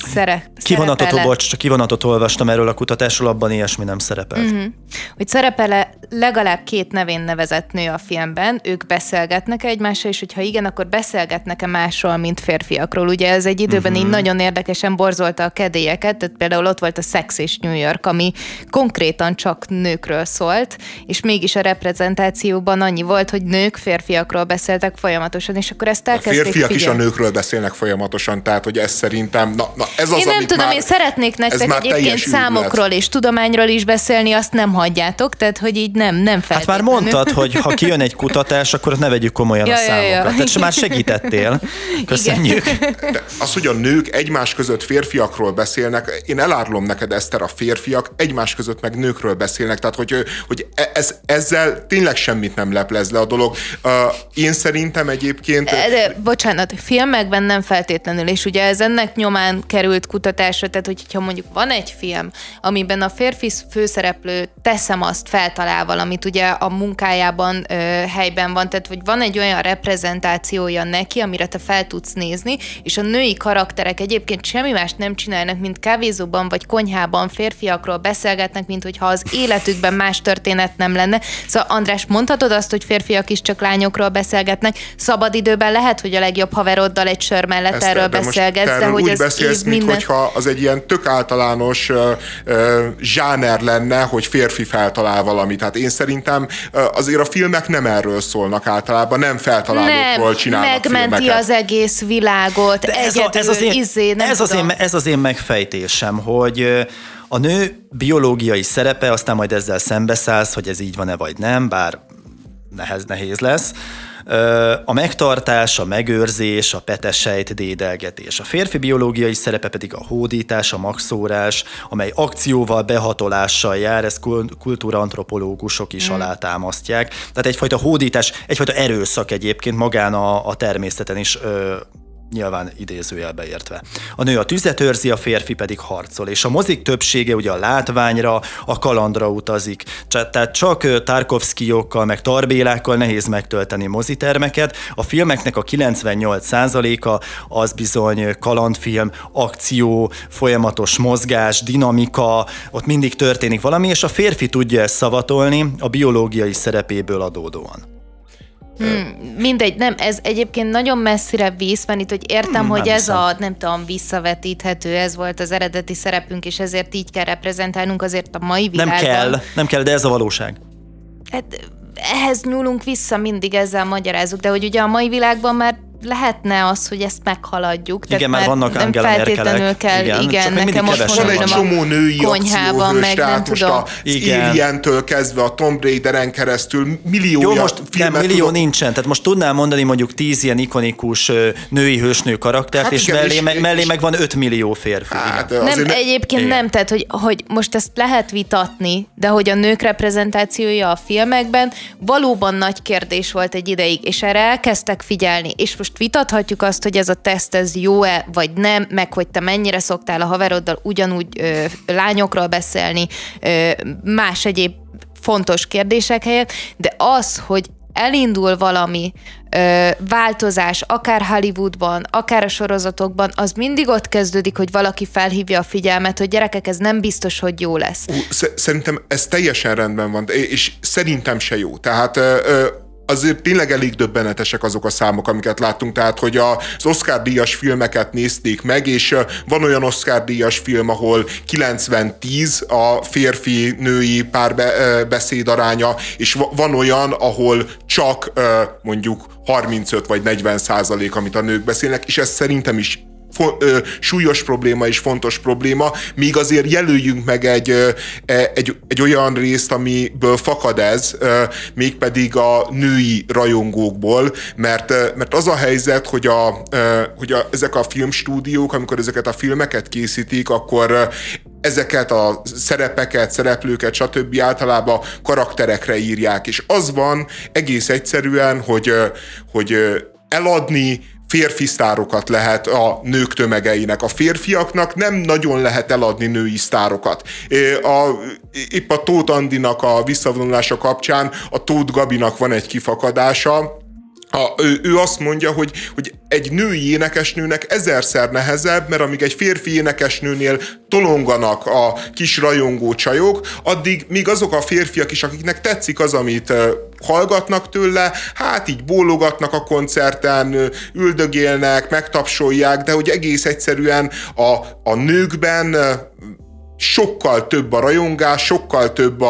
kivonatot olvastam erről a kutatásról, abban ilyesmi nem szerepelt.
Hogy szerepel-e legalább 2 nevén nevezett nő a filmben, ők beszélgetnek egymással, és hogyha igen, akkor beszélgetnek-e másról, mint férfiakról. Ugye ez egy időben így nagyon érdekesen borzolta a kedélyeket, tehát például ott volt a Sex és New York, ami konkrétan csak nőkről szólt, és mégis a reprezentációban annyi volt, hogy nők férfiakról beszéltek folyamatosan, és akkor ezt elkezdték
férfiak
figyelni.
is a nőkről beszélnek folyamatosan, tehát hogy ez szerintem, ez az,
én nem tudom, én szeretnék nektek egyébként számokról és tudományról is beszélni, azt nem hagyjátok, tehát hogy így nem feltétlenül.
Hát már mondtad, hogy ha kijön egy kutatás, akkor ne vegyük komolyan a számokat. Tehát már segítettél. Köszönjük.
De az, hogy a nők egymás között férfiakról beszélnek, én elárulom neked, Eszter, a férfiak egymás között meg nőkről beszélnek, tehát hogy ezzel tényleg semmit nem leplez le a dolog. Én szerintem egyébként...
De, bocsánat, filmekben nem feltétlenül, és ugye ez ennek nyomán került kutatásra, tehát hogyha mondjuk van egy film, amiben a férfi főszereplő teszem azt feltalál valamit, ugye a munkájában helyben van, tehát hogy van egy olyan reprezentációja neki, amire te fel tudsz nézni, és a női karakterek egyébként semmi mást nem csinálnak, mint kávézóban vagy konyhában férfiakról beszélgetnek, mint hogyha az életükben más történet nem lenne. Szóval András, mondhatod azt, hogy férfiak is csak lányokról beszélgetnek, szabadidőben lehet, hogy a legjobb haveroddal egy sör mellett erről beszélgetsz, de hogy
úgy
az
beszélsz, mintha az egy ilyen tök általános zsáner lenne, hogy férfi feltalál valamit. Hát én szerintem azért a filmek nem erről szólnak általában, nem feltalálókról csinálnak
megmenti
filmeket.
az egész világot,
ez az én megfejtésem, hogy a nő biológiai szerepe, aztán majd ezzel szembeszállsz, hogy ez így van-e vagy nem, bár nehéz lesz. A megtartás, a megőrzés, a petesejt dédelgetés. A férfi biológiai szerepe pedig a hódítás, a magszórás, amely akcióval, behatolással jár, ezt kultúraantropológusok is alátámasztják. Tehát egyfajta hódítás, egyfajta erőszak egyébként magán a természeten is nyilván idézőjelbe értve. A nő a tüzet őrzi, a férfi pedig harcol, és a mozik többsége ugye a látványra, a kalandra utazik. Tehát csak Tarkovszkijokkal, meg Tarbélákkal nehéz megtölteni mozitermeket. A filmeknek a 98%-a az bizony kalandfilm, akció, folyamatos mozgás, dinamika, ott mindig történik valami, és a férfi tudja ezt szavatolni a biológiai szerepéből adódóan.
Mindegy, nem, ez egyébként nagyon messzire visz, mert itt, hogy értem, hogy ez nem tudom, visszavetíthető, ez volt az eredeti szerepünk, és ezért így kell reprezentálnunk azért a mai világban.
Nem kell, de ez a valóság.
Hát ehhez nyúlunk vissza, mindig ezzel magyarázzuk, de hogy ugye a mai világban már lehetne az, hogy ezt meghaladjuk.
Igen, már vannak
nem
Angela
feltétlenül kell, igen nekem most
van egy csomó női
konyhában, meg nem tudom.
Az Alien-től kezdve a Tomb Raideren keresztül milliója.
Jó, most nem, millió nincsen, tehát most tudnál mondani mondjuk 10 ilyen ikonikus női hősnő karaktert, hát és mellé meg van 5 millió férfi.
Hát,
nem, egyébként igen. Nem, tehát hogy most ezt lehet vitatni, de hogy a nők reprezentációja a filmekben valóban nagy kérdés volt egy ideig, és erre elkezdtek figyelni, és most vitathatjuk azt, hogy ez a teszt ez jó-e, vagy nem, meg hogy te mennyire szoktál a haveroddal ugyanúgy lányokról beszélni, más egyéb fontos kérdések helyett, de az, hogy elindul valami változás, akár Hollywoodban, akár a sorozatokban, az mindig ott kezdődik, hogy valaki felhívja a figyelmet, hogy gyerekek, ez nem biztos, hogy jó lesz.
Szerintem ez teljesen rendben van, és szerintem se jó. Tehát azért tényleg elég döbbenetesek azok a számok, amiket láttunk, tehát hogy az Oscar-díjas filmeket nézték meg, és van olyan Oscar-díjas film, ahol 90-10 a férfi-női párbeszéd aránya, és van olyan, ahol csak mondjuk 35 vagy 40%, amit a nők beszélnek, és ez szerintem is súlyos probléma és fontos probléma, míg azért jelöljünk meg egy olyan részt, amiből fakad ez, mégpedig a női rajongókból, mert az a helyzet, hogy ezek a filmstúdiók, amikor ezeket a filmeket készítik, akkor ezeket a szerepeket, szereplőket, stb. Általában karakterekre írják, és az van egész egyszerűen, hogy eladni férfi sztárokat lehet a nők tömegeinek. A férfiaknak nem nagyon lehet eladni női sztárokat. Épp a Tóth Andinak a visszavonulása kapcsán a Tóth Gabinak van egy kifakadása. Ő azt mondja, hogy egy női énekesnőnek 1000-szer nehezebb, mert amíg egy férfi énekesnőnél tolonganak a kis rajongó csajok, addig még azok a férfiak is, akiknek tetszik az, amit hallgatnak tőle, hát így bólogatnak a koncerten, üldögélnek, megtapsolják, de hogy egész egyszerűen a nőkben sokkal több a rajongás, sokkal több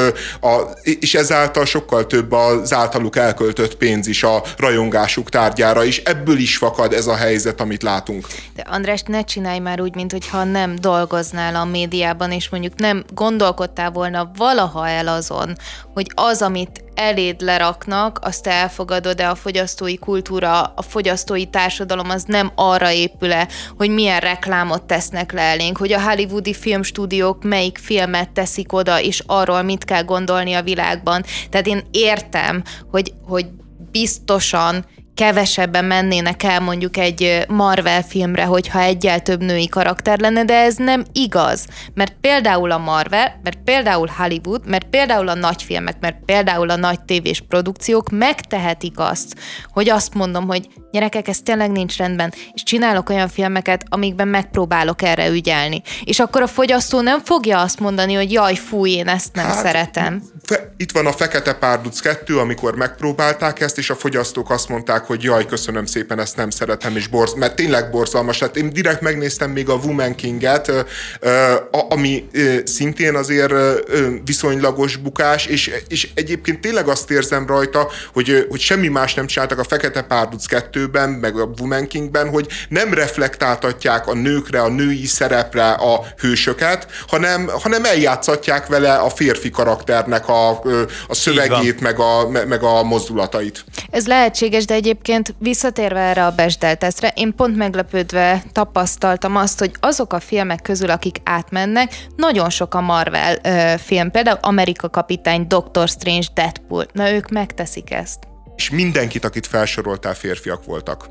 és ezáltal sokkal több az általuk elköltött pénz is a rajongásuk tárgyára, és ebből is fakad ez a helyzet, amit látunk.
De András, ne csinálj már úgy, mintha nem dolgoznál a médiában, és mondjuk nem gondolkodtál volna valaha el azon, hogy az, amit eléd leraknak, azt elfogadod, de a fogyasztói kultúra, a fogyasztói társadalom az nem arra épül-e, hogy milyen reklámot tesznek le elénk, hogy a hollywoodi filmstúdiók melyik filmet teszik oda, és arról mit kell gondolni a világban. Tehát én értem, hogy biztosan kevesebben mennének el mondjuk egy Marvel filmre, hogyha egyel több női karakter lenne, de ez nem igaz. Mert például a Marvel, mert például Hollywood, mert például a nagyfilmek, mert például a nagy tévés produkciók megtehetik azt, hogy azt mondom, hogy gyerekek, ez tényleg nincs rendben, és csinálok olyan filmeket, amikben megpróbálok erre ügyelni. És akkor a fogyasztó nem fogja azt mondani, hogy jaj, fúj, én ezt nem szeretem.
Itt van a Fekete Párduc 2, amikor megpróbálták ezt, és a fogyasztók azt mondták, hogy jaj, köszönöm szépen, ezt nem szeretem, és mert tényleg borzalmas. Hát én direkt megnéztem még a Woman King-et, ami szintén azért viszonylagos bukás, és egyébként tényleg azt érzem rajta, hogy semmi más nem csináltak a Fekete Párduc 2-ben, meg a Woman King-ben, hogy nem reflektáltatják a nőkre, a női szerepre a hősöket, hanem eljátszatják vele a férfi karakternek a szövegét, meg a mozdulatait.
Ez lehetséges, de egyébként visszatérve erre a Bechdel-tesztre, én pont meglepődve tapasztaltam azt, hogy azok a filmek közül, akik átmennek, nagyon sok a Marvel film, például Amerika Kapitány, Doctor Strange, Deadpool, na ők megteszik ezt.
És mindenkit, akit felsoroltál, férfiak voltak.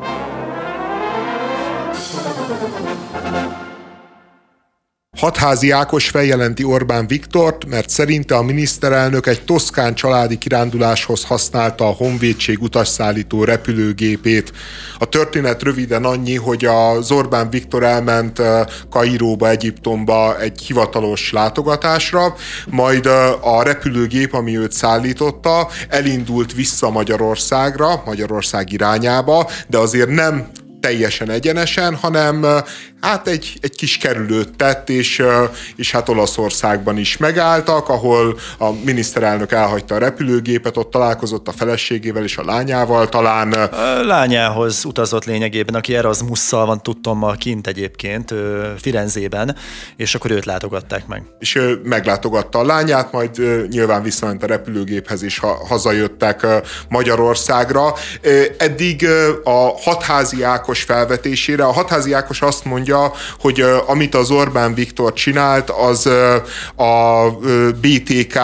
Hatházi Ákos feljelenti Orbán Viktort, mert szerinte a miniszterelnök egy toszkán családi kiránduláshoz használta a honvédség utasszállító repülőgépét. A történet röviden annyi, hogy az Orbán Viktor elment Kairóba, Egyiptomba egy hivatalos látogatásra, majd a repülőgép, ami őt szállította, elindult vissza Magyarországra, Magyarország irányába, de azért nem teljesen egyenesen, hanem hát egy kis kerülőt tett, és hát Olaszországban is megálltak, ahol a miniszterelnök elhagyta a repülőgépet, ott találkozott a feleségével és a lányával talán.
A lányához utazott lényegében, aki Erasmusszal van tudtommal kint egyébként, Firenzében, és akkor őt látogatták meg.
És meglátogatta a lányát, majd nyilván visszament a repülőgéphez, és hazajöttek Magyarországra. Eddig a Hatházi Ákos felvetésére, a Hatházi Ákos azt mondja, hogy amit az Orbán Viktor csinált, az a BTK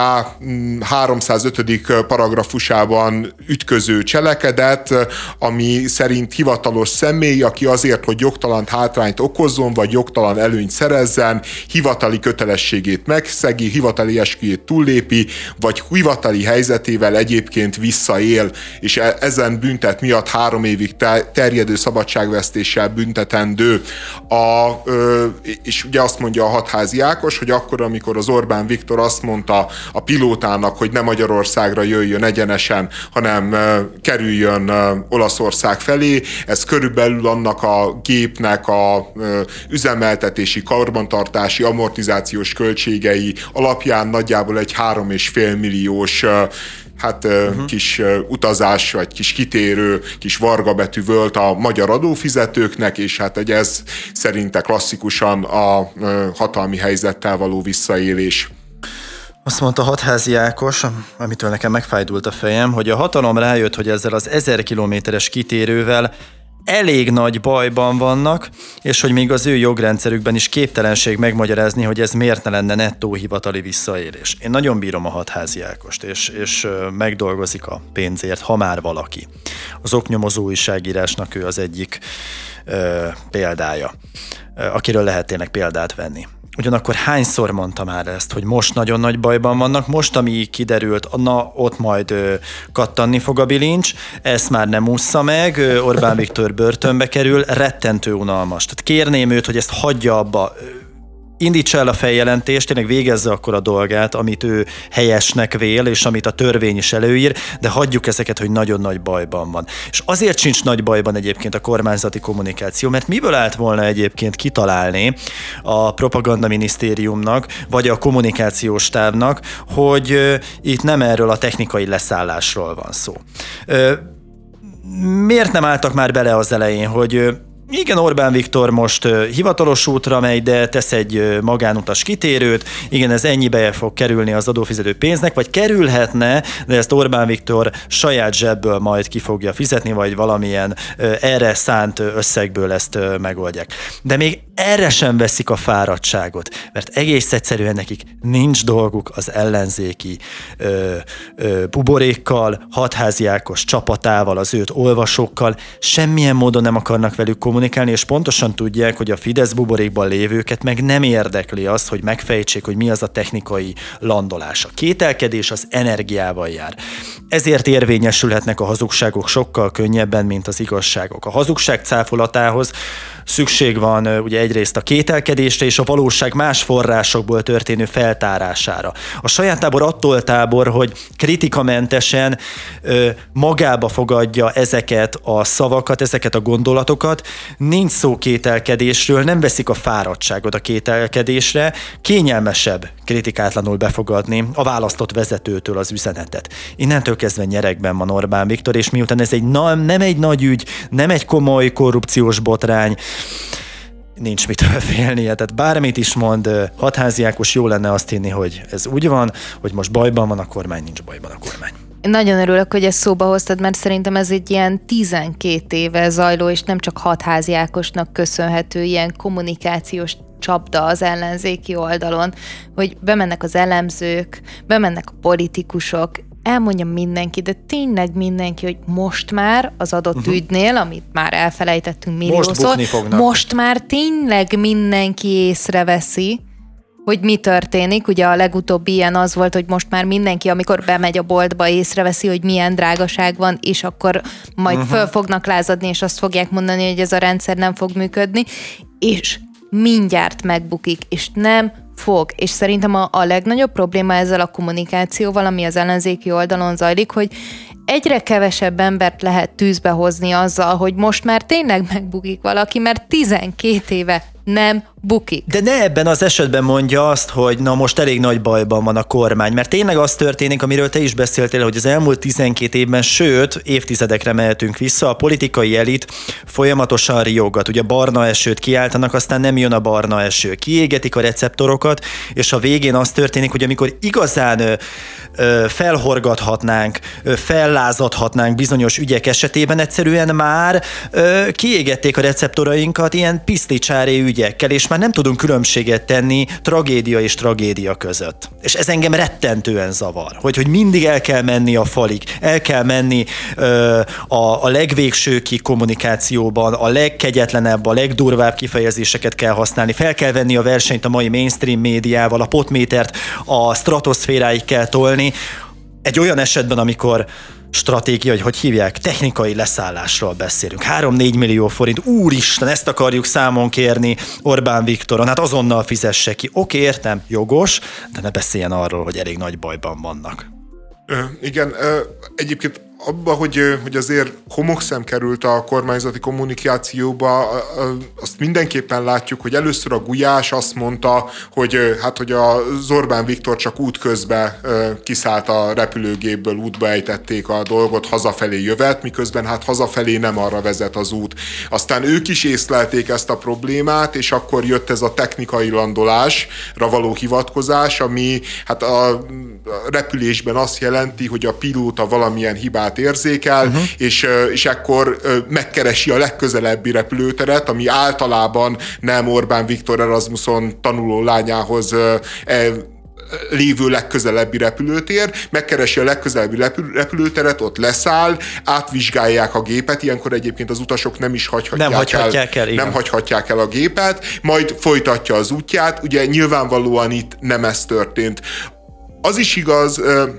305. paragrafusában ütköző cselekedet, ami szerint hivatalos személy, aki azért, hogy jogtalan hátrányt okozzon, vagy jogtalan előnyt szerezzen, hivatali kötelességét megszegi, hivatali esküjét túllépi, vagy hivatali helyzetével egyébként visszaél, és ezen büntet miatt 3 évig terjedő szabadságvesztéssel büntetendő. És ugye azt mondja a Hatházi Ákos, hogy akkor, amikor az Orbán Viktor azt mondta a pilótának, hogy ne Magyarországra jöjjön egyenesen, hanem kerüljön Olaszország felé, ez körülbelül annak a gépnek a üzemeltetési, karbantartási, amortizációs költségei alapján nagyjából egy 3,5 milliós kis utazás, vagy kis kitérő, kis vargabetű volt a magyar adófizetőknek, és hát egy ez szerinte klasszikusan a hatalmi helyzettel való visszaélés.
Azt mondta Hatházi Ákos, amitől nekem megfájdult a fejem, hogy a hatalom rájött, hogy ezzel az 1000 kilométeres kitérővel elég nagy bajban vannak, és hogy még az ő jogrendszerükben is képtelenség megmagyarázni, hogy ez miért ne lenne nettó hivatali visszaélés. Én nagyon bírom a Hatházi Ákost, és megdolgozik a pénzért, ha már valaki. Az oknyomozó újságírásnak ő az egyik példája, akiről lehet tényleg példát venni. Ugyanakkor hányszor mondta már ezt, hogy most nagyon nagy bajban vannak, most, ami kiderült, na, ott majd kattanni fog a bilincs, ezt már nem ússza meg, Orbán Viktor börtönbe kerül, rettentő unalmas. Tehát kérném őt, hogy ezt hagyja abba, indítsa el a feljelentést, tényleg végezze akkor a dolgát, amit ő helyesnek vél, és amit a törvény is előír, de hagyjuk ezeket, hogy nagyon nagy bajban van. És azért sincs nagy bajban egyébként a kormányzati kommunikáció, mert miből állt volna egyébként kitalálni a propagandaminisztériumnak, vagy a kommunikációs stábnak, hogy itt nem erről a technikai leszállásról van szó. Miért nem álltak már bele az elején, hogy igen, Orbán Viktor most hivatalos útra megy, de tesz egy magánutas kitérőt, igen, ez ennyibe fog kerülni az adófizető pénznek, vagy kerülhetne, de ezt Orbán Viktor saját zsebből majd ki fogja fizetni, vagy valamilyen erre szánt összegből ezt megoldják. De még erre sem veszik a fáradtságot, mert egész egyszerűen nekik nincs dolguk az ellenzéki buborékkal, Hatházi Ákos csapatával, az őt olvasókkal, semmilyen módon nem akarnak velük kommunikálni, és pontosan tudják, hogy a Fidesz buborékban lévőket meg nem érdekli az, hogy megfejtsék, hogy mi az a technikai landolás. A kételkedés az energiával jár. Ezért érvényesülhetnek a hazugságok sokkal könnyebben, mint az igazságok. A hazugság cáfolatához szükség van ugye egyrészt a kételkedésre és a valóság más forrásokból történő feltárására. A saját tábor attól tábor, hogy kritikamentesen magába fogadja ezeket a szavakat, ezeket a gondolatokat, nincs szó kételkedésről, nem veszik a fáradtságot a kételkedésre, kényelmesebb kritikátlanul befogadni a választott vezetőtől az üzenetet. Innentől kezdve nyeregben van Orbán Viktor, és miután ez nem egy nagy ügy, nem egy komoly korrupciós botrány, nincs mitől félnie, tehát bármit is mond Hatházi Ákos, jó lenne azt hinni, hogy ez úgy van, hogy most bajban van a kormány, nincs bajban a kormány.
Én nagyon örülök, hogy ezt szóba hoztad, mert szerintem ez egy ilyen 12 éve zajló, és nem csak Hatházi Ákosnak köszönhető ilyen kommunikációs csapda az ellenzéki oldalon, hogy bemennek az elemzők, bemennek a politikusok, elmondja mindenki, de tényleg mindenki, hogy most már az adott ügynél, amit már elfelejtettünk milliószor, most már tényleg mindenki észreveszi, hogy mi történik. Ugye a legutóbbi ilyen az volt, hogy most már mindenki, amikor bemegy a boltba, észreveszi, hogy milyen drágaság van, és akkor majd föl fognak lázadni, és azt fogják mondani, hogy ez a rendszer nem fog működni, és mindjárt megbukik, és nem fog. És szerintem a legnagyobb probléma ezzel a kommunikációval, ami az ellenzéki oldalon zajlik, hogy egyre kevesebb embert lehet tűzbe hozni azzal, hogy most már tényleg megbukik valaki, mert 12 éve nem bukik.
De ne ebben az esetben mondja azt, hogy na most elég nagy bajban van a kormány, mert tényleg az történik, amiről te is beszéltél, hogy az elmúlt 12 évben, sőt, évtizedekre mehetünk vissza, a politikai elit folyamatosan riogat. Ugye barna esőt kiáltanak, aztán nem jön a barna eső. Kiégetik a receptorokat, és a végén az történik, hogy amikor igazán felhorgathatnánk, fellázadhatnánk bizonyos ügyek esetében, egyszerűen már kiégették a receptorainkat ilyen piszlicsári ügyekkel, és már nem tudunk különbséget tenni tragédia és tragédia között. És ez engem rettentően zavar, hogy mindig el kell menni a falig, el kell menni a legvégsőkig kommunikációban, a legkegyetlenebb, a legdurvább kifejezéseket kell használni, fel kell venni a versenyt a mai mainstream médiával, a potmétert a stratoszféráig kell tolni. Egy olyan esetben, amikor stratégia, hogy hívják, technikai leszállásról beszélünk. 3-4 millió forint, úristen, ezt akarjuk számon kérni Orbán Viktoron, hát azonnal fizesse ki. Oké, értem, jogos, de ne beszéljen arról, hogy elég nagy bajban vannak.
Igen, egyébként abban, hogy azért homokszem került a kormányzati kommunikációba, azt mindenképpen látjuk, hogy először a Gulyás azt mondta, hogy az Orbán Viktor csak útközben kiszállt a repülőgépből, útba ejtették a dolgot, hazafelé jövet, miközben hazafelé nem arra vezet az út. Aztán ők is észlelték ezt a problémát, és akkor jött ez a technikai landolásra való hivatkozás, ami a repülésben azt jelenti, hogy a pilóta valamilyen hibát érzékel, és ekkor megkeresi a legközelebbi repülőteret, ami általában nem Orbán Viktor Erasmuson tanuló lányához lévő legközelebbi repülőtér, megkeresi a legközelebbi repülőteret, ott leszáll, átvizsgálják a gépet, ilyenkor egyébként az utasok nem hagyhatják el a gépet, majd folytatja az útját, ugye nyilvánvalóan itt nem ez történt. Az is igaz,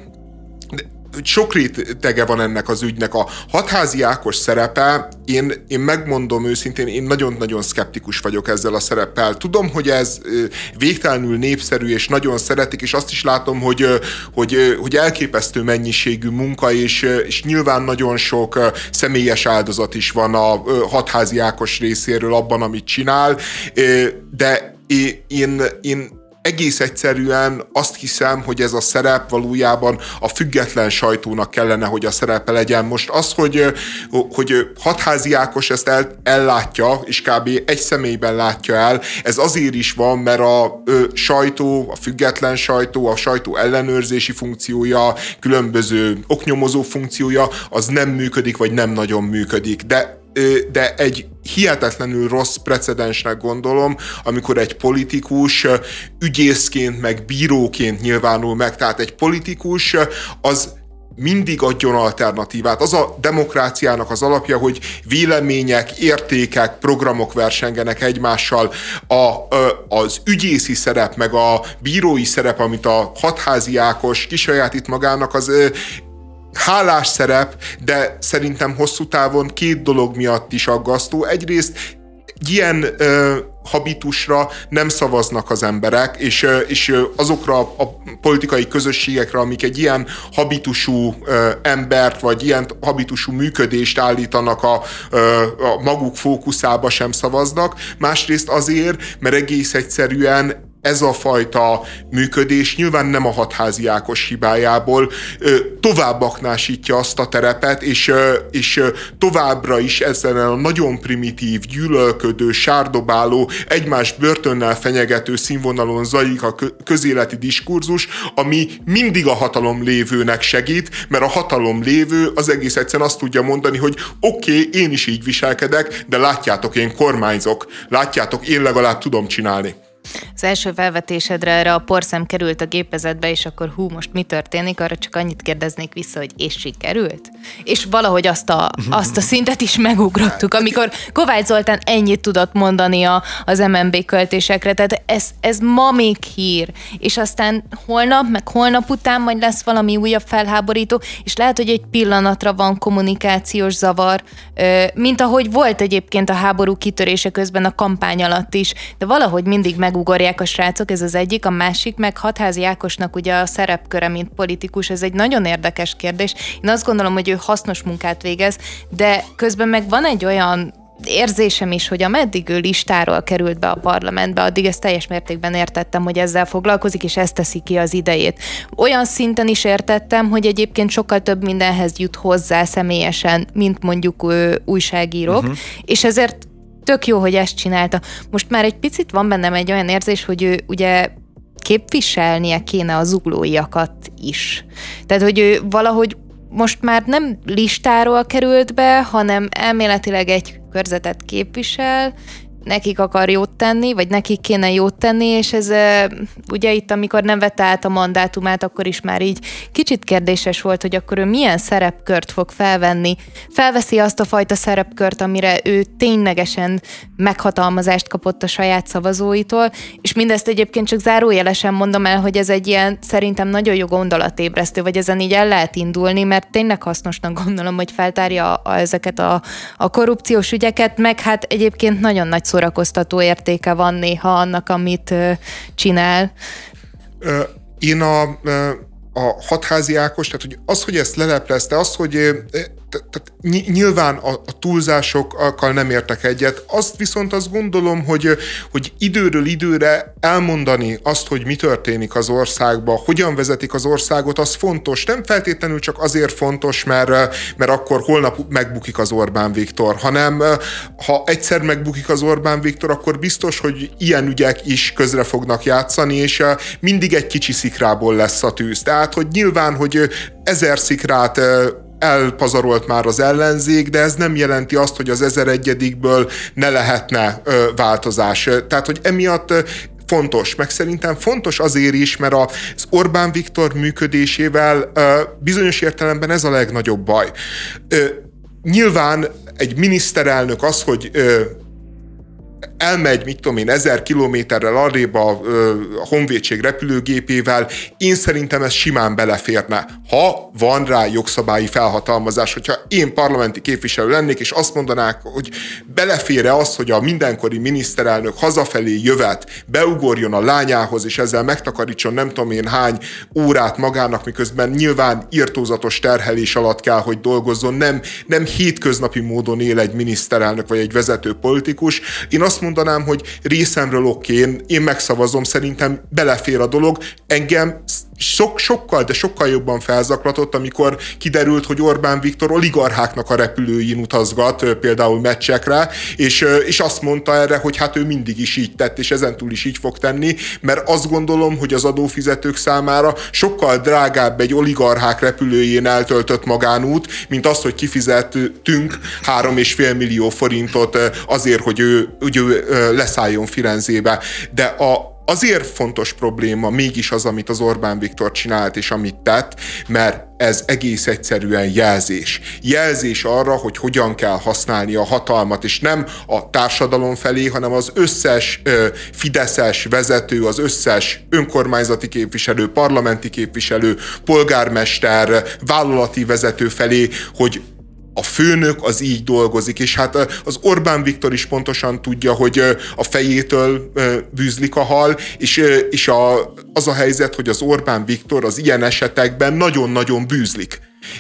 sok rétege van ennek az ügynek. A Hatházi Ákos szerepe, én megmondom őszintén, én nagyon-nagyon szkeptikus vagyok ezzel a szereppel. Tudom, hogy ez végtelenül népszerű, és nagyon szeretik, és azt is látom, hogy elképesztő mennyiségű munka, és nyilván nagyon sok személyes áldozat is van a Hatházi Ákos részéről abban, amit csinál, de én egész egyszerűen azt hiszem, hogy ez a szerep valójában a független sajtónak kellene, hogy a szerepe legyen. Most az, hogy Hatházi Ákos ezt ellátja, és kb. Egy személyben látja el, ez azért is van, mert a sajtó, a független sajtó, a sajtó ellenőrzési funkciója, különböző oknyomozó funkciója, az nem működik, vagy nem nagyon működik. De egy hihetetlenül rossz precedensnek gondolom, amikor egy politikus ügyészként, meg bíróként nyilvánul meg. Tehát egy politikus az mindig adjon alternatívát. Az a demokráciának az alapja, hogy vélemények, értékek, programok versengenek egymással. Az ügyészi szerep, meg a bírói szerep, amit a Hatházi Ákos kisajátít magának, az hálás szerep, de szerintem hosszú távon két dolog miatt is aggasztó. Egyrészt ilyen habitusra nem szavaznak az emberek, és azokra a politikai közösségekre, amik egy ilyen habitusú embert, vagy ilyen habitusú működést állítanak a maguk fókuszába, sem szavaznak. Másrészt azért, mert egész egyszerűen ez a fajta működés nyilván nem a Hatházi Ákos hibájából tovább aknásítja azt a terepet, és továbbra is ezen a nagyon primitív, gyűlölködő, sárdobáló, egymás börtönnel fenyegető színvonalon zajlik a közéleti diskurzus, ami mindig a hatalom lévőnek segít, mert a hatalom lévő az egész egyszerűen azt tudja mondani, hogy oké, én is így viselkedek, de látjátok, én kormányzok, látjátok, én legalább tudom csinálni.
Az első felvetésedre erre a porszem került a gépezetbe, és akkor most mi történik? Arra csak annyit kérdeznék vissza, hogy és sikerült? És valahogy azt a szintet is megugrottuk, amikor Kovács Zoltán ennyit tudott mondani az MNB költésekre, tehát ez ma még hír, és aztán holnap, meg holnap után majd lesz valami újabb felháborító, és lehet, hogy egy pillanatra van kommunikációs zavar, mint ahogy volt egyébként a háború kitörése közben a kampány alatt is, de valahogy mindig megugorják. csinálják a srácok, ez az egyik, a másik meg Hatházi Ákosnak ugye a szerepköre, mint politikus, ez egy nagyon érdekes kérdés. Én azt gondolom, hogy ő hasznos munkát végez, de közben meg van egy olyan érzésem is, hogy ameddig ő listáról került be a parlamentbe, addig ezt teljes mértékben értettem, hogy ezzel foglalkozik, és ezt teszi ki az idejét. Olyan szinten is értettem, hogy egyébként sokkal több mindenhez jut hozzá személyesen, mint mondjuk újságírók, és ezért tök jó, hogy ezt csinálta. Most már egy picit van bennem egy olyan érzés, hogy ő ugye képviselnie kéne az zuglóiakat is. Tehát, hogy ő valahogy most már nem listáról került be, hanem elméletileg egy körzetet képvisel, nekik akar jót tenni, vagy nekik kéne jót tenni, és ez ugye itt, amikor nem vette át a mandátumát, akkor is már így kicsit kérdéses volt, hogy akkor ő milyen szerepkört fog felvenni. Felveszi azt a fajta szerepkört, amire ő ténylegesen meghatalmazást kapott a saját szavazóitól, és mindezt egyébként csak zárójelesen mondom el, hogy ez egy ilyen szerintem nagyon jó gondolatébresztő, vagy ezen így el lehet indulni, mert tényleg hasznosnak gondolom, hogy feltárja ezeket a korrupciós ügyeket, meg hát egyébként nagyon nagy szórakoztató értéke van néha annak, amit csinál.
Én a Hatházi Ákos, tehát hogy az, hogy ezt leleplezte, az, hogy tehát nyilván a túlzásokkal nem értek egyet, azt viszont azt gondolom, hogy időről időre elmondani azt, hogy mi történik az országban, hogyan vezetik az országot, az fontos. Nem feltétlenül csak azért fontos, mert akkor holnap megbukik az Orbán Viktor, hanem ha egyszer megbukik az Orbán Viktor, akkor biztos, hogy ilyen ügyek is közre fognak játszani, és mindig egy kicsi szikrából lesz a tűz. Tehát, hogy nyilván, hogy 1000 szikrát elpazarolt már az ellenzék, de ez nem jelenti azt, hogy az 1001-ből ne lehetne változás. Tehát, hogy emiatt fontos, meg szerintem fontos azért is, mert az Orbán Viktor működésével bizonyos értelemben ez a legnagyobb baj. Nyilván egy miniszterelnök az, hogy elmegy, mit tudom én, 1000 kilométerrel arrébb a honvédség repülőgépével, én szerintem ez simán beleférne, ha van rá jogszabályi felhatalmazás. Hogyha én parlamenti képviselő lennék, és azt mondanák, hogy belefér-e az, hogy a mindenkori miniszterelnök hazafelé jövet, beugorjon a lányához, és ezzel megtakarítson nem tudom én hány órát magának, miközben nyilván irtózatos terhelés alatt kell, hogy dolgozzon, nem hétköznapi módon él egy miniszterelnök, vagy egy vezető politikus. Én azt mondanám, hogy részemről oké, én megszavazom, szerintem belefér a dolog. Engem sokkal jobban felzaklatott, amikor kiderült, hogy Orbán Viktor oligarcháknak a repülőin utazgat, például meccsekre, és azt mondta erre, hogy hát ő mindig is így tett, és ezentúl is így fog tenni, mert azt gondolom, hogy az adófizetők számára sokkal drágább egy oligarchák repülőjén eltöltött magánút, mint az, hogy kifizettünk 3,5 millió forintot azért, hogy ő leszálljon Firenzébe. De azért fontos probléma mégis az, amit az Orbán Viktor csinált és amit tett, mert ez egész egyszerűen jelzés. Jelzés arra, hogy hogyan kell használni a hatalmat, és nem a társadalom felé, hanem az összes fideszes vezető, az összes önkormányzati képviselő, parlamenti képviselő, polgármester, vállalati vezető felé, hogy a főnök az így dolgozik, és hát az Orbán Viktor is pontosan tudja, hogy a fejétől bűzlik a hal, és az a helyzet, hogy az Orbán Viktor az ilyen esetekben nagyon-nagyon bűzlik.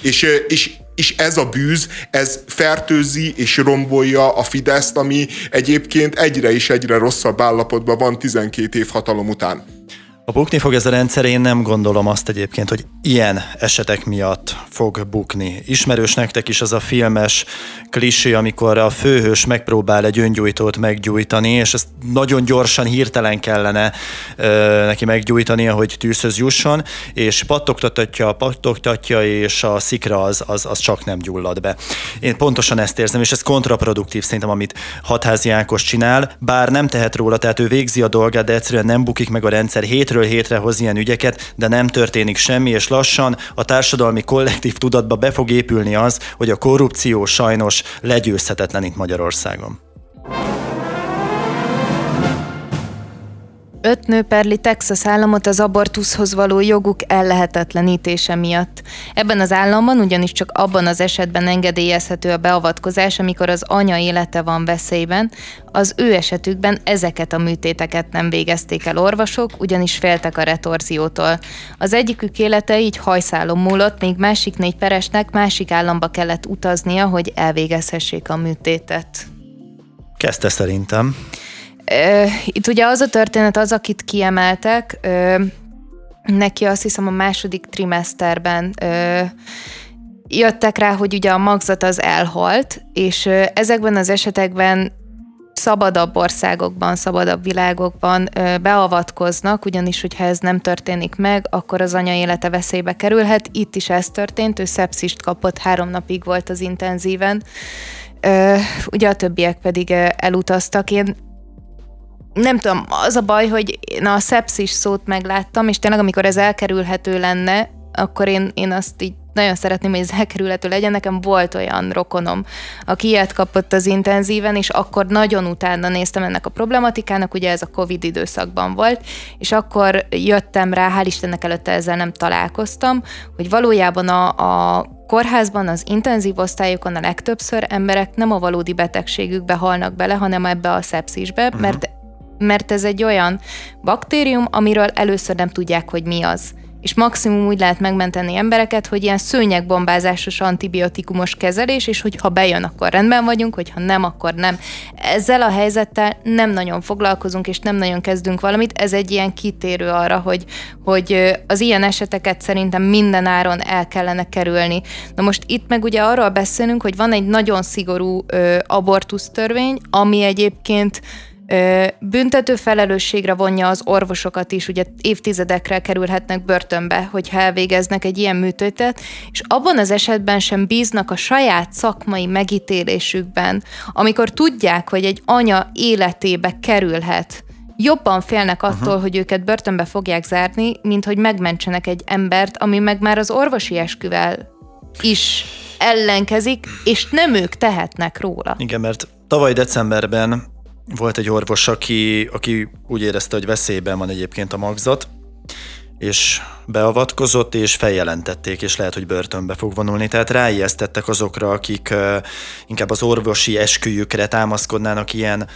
És ez a bűz, ez fertőzi és rombolja a Fideszt, ami egyébként egyre rosszabb állapotban van 12 év hatalom után.
Ha bukni fog ez a rendszer, én nem gondolom azt egyébként, hogy ilyen esetek miatt fog bukni. Ismerős nektek is az a filmes klisé, amikor a főhős megpróbál egy öngyújtót meggyújtani, és ezt nagyon gyorsan, hirtelen kellene neki meggyújtania, hogy tűzhöz jusson, és pattogtatja, és a szikra az csak nem gyullad be. Én pontosan ezt érzem, és ez kontraproduktív szerintem, amit Hatházi Ákos csinál, bár nem tehet róla, tehát ő végzi a dolgát, de egyszerűen nem bukik meg a rendszer, hétről hétre hoz ilyen ügyeket, de nem történik semmi, és lassan a társadalmi kollektív tudatba be fog épülni az, hogy a korrupció sajnos legyőzhetetlen itt Magyarországon.
5 nő perli Texas államot az abortuszhoz való joguk ellehetetlenítése miatt. Ebben az államban ugyanis csak abban az esetben engedélyezhető a beavatkozás, amikor az anya élete van veszélyben. Az ő esetükben ezeket a műtéteket nem végezték el orvosok, ugyanis féltek a retorziótól. Az egyikük élete így hajszálon múlott, még másik 4 peresnek másik államba kellett utaznia, hogy elvégezhessék a műtétet.
Kezdte szerintem.
Itt ugye az a történet az, akit kiemeltek, neki azt hiszem a második trimeszterben jöttek rá, hogy ugye a magzat az elhalt, és ezekben az esetekben szabadabb országokban, szabadabb világokban beavatkoznak, ugyanis, hogyha ez nem történik meg, akkor az anya élete veszélybe kerülhet. Itt is ez történt, ő szepszist kapott, 3 napig volt az intenzíven. Ugye a többiek pedig elutaztak. Én nem tudom, az a baj, hogy én a szepszis szót megláttam, és tényleg amikor ez elkerülhető lenne, akkor én azt így nagyon szeretném, hogy ez elkerülhető legyen. Nekem volt olyan rokonom, aki ilyet kapott az intenzíven, és akkor nagyon utána néztem ennek a problematikának, ugye ez a Covid időszakban volt, és akkor jöttem rá, hál' Istennek előtte ezzel nem találkoztam, hogy valójában a kórházban, az intenzív osztályokon a legtöbbször emberek nem a valódi betegségükbe halnak bele, hanem ebbe a szepszisbe, mert ez egy olyan baktérium, amiről először nem tudják, hogy mi az. És maximum úgy lehet megmenteni embereket, hogy ilyen szőnyegbombázásos antibiotikumos kezelés, és hogyha bejön, akkor rendben vagyunk, hogyha nem, akkor nem. Ezzel a helyzettel nem nagyon foglalkozunk, és nem nagyon kezdünk valamit. Ez egy ilyen kitérő arra, hogy az ilyen eseteket szerintem minden áron el kellene kerülni. Na most itt meg ugye arról beszélünk, hogy van egy nagyon szigorú abortusztörvény, ami egyébként büntető felelősségre vonja az orvosokat is, ugye évtizedekre kerülhetnek börtönbe, hogyha elvégeznek egy ilyen műtétet, és abban az esetben sem bíznak a saját szakmai megítélésükben, amikor tudják, hogy egy anya életébe kerülhet. Jobban félnek attól, hogy őket börtönbe fogják zárni, mint hogy megmentsenek egy embert, ami meg már az orvosi esküvel is ellenkezik, és nem ők tehetnek róla.
Igen, mert tavaly decemberben volt egy orvos, aki úgy érezte, hogy veszélyben van egyébként a magzat, és beavatkozott, és feljelentették, és lehet, hogy börtönbe fog vonulni. Tehát ráijesztettek azokra, akik inkább az orvosi esküjükre támaszkodnának ilyen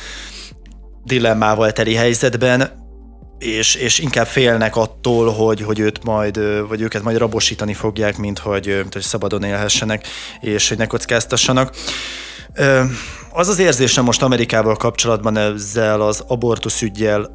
dilemmával teli helyzetben, és inkább félnek attól, hogy őket majd rabosítani fogják, mint hogy szabadon élhessenek, és hogy ne kockáztassanak. Az az érzésem most Amerikával kapcsolatban ezzel az abortusz üggyel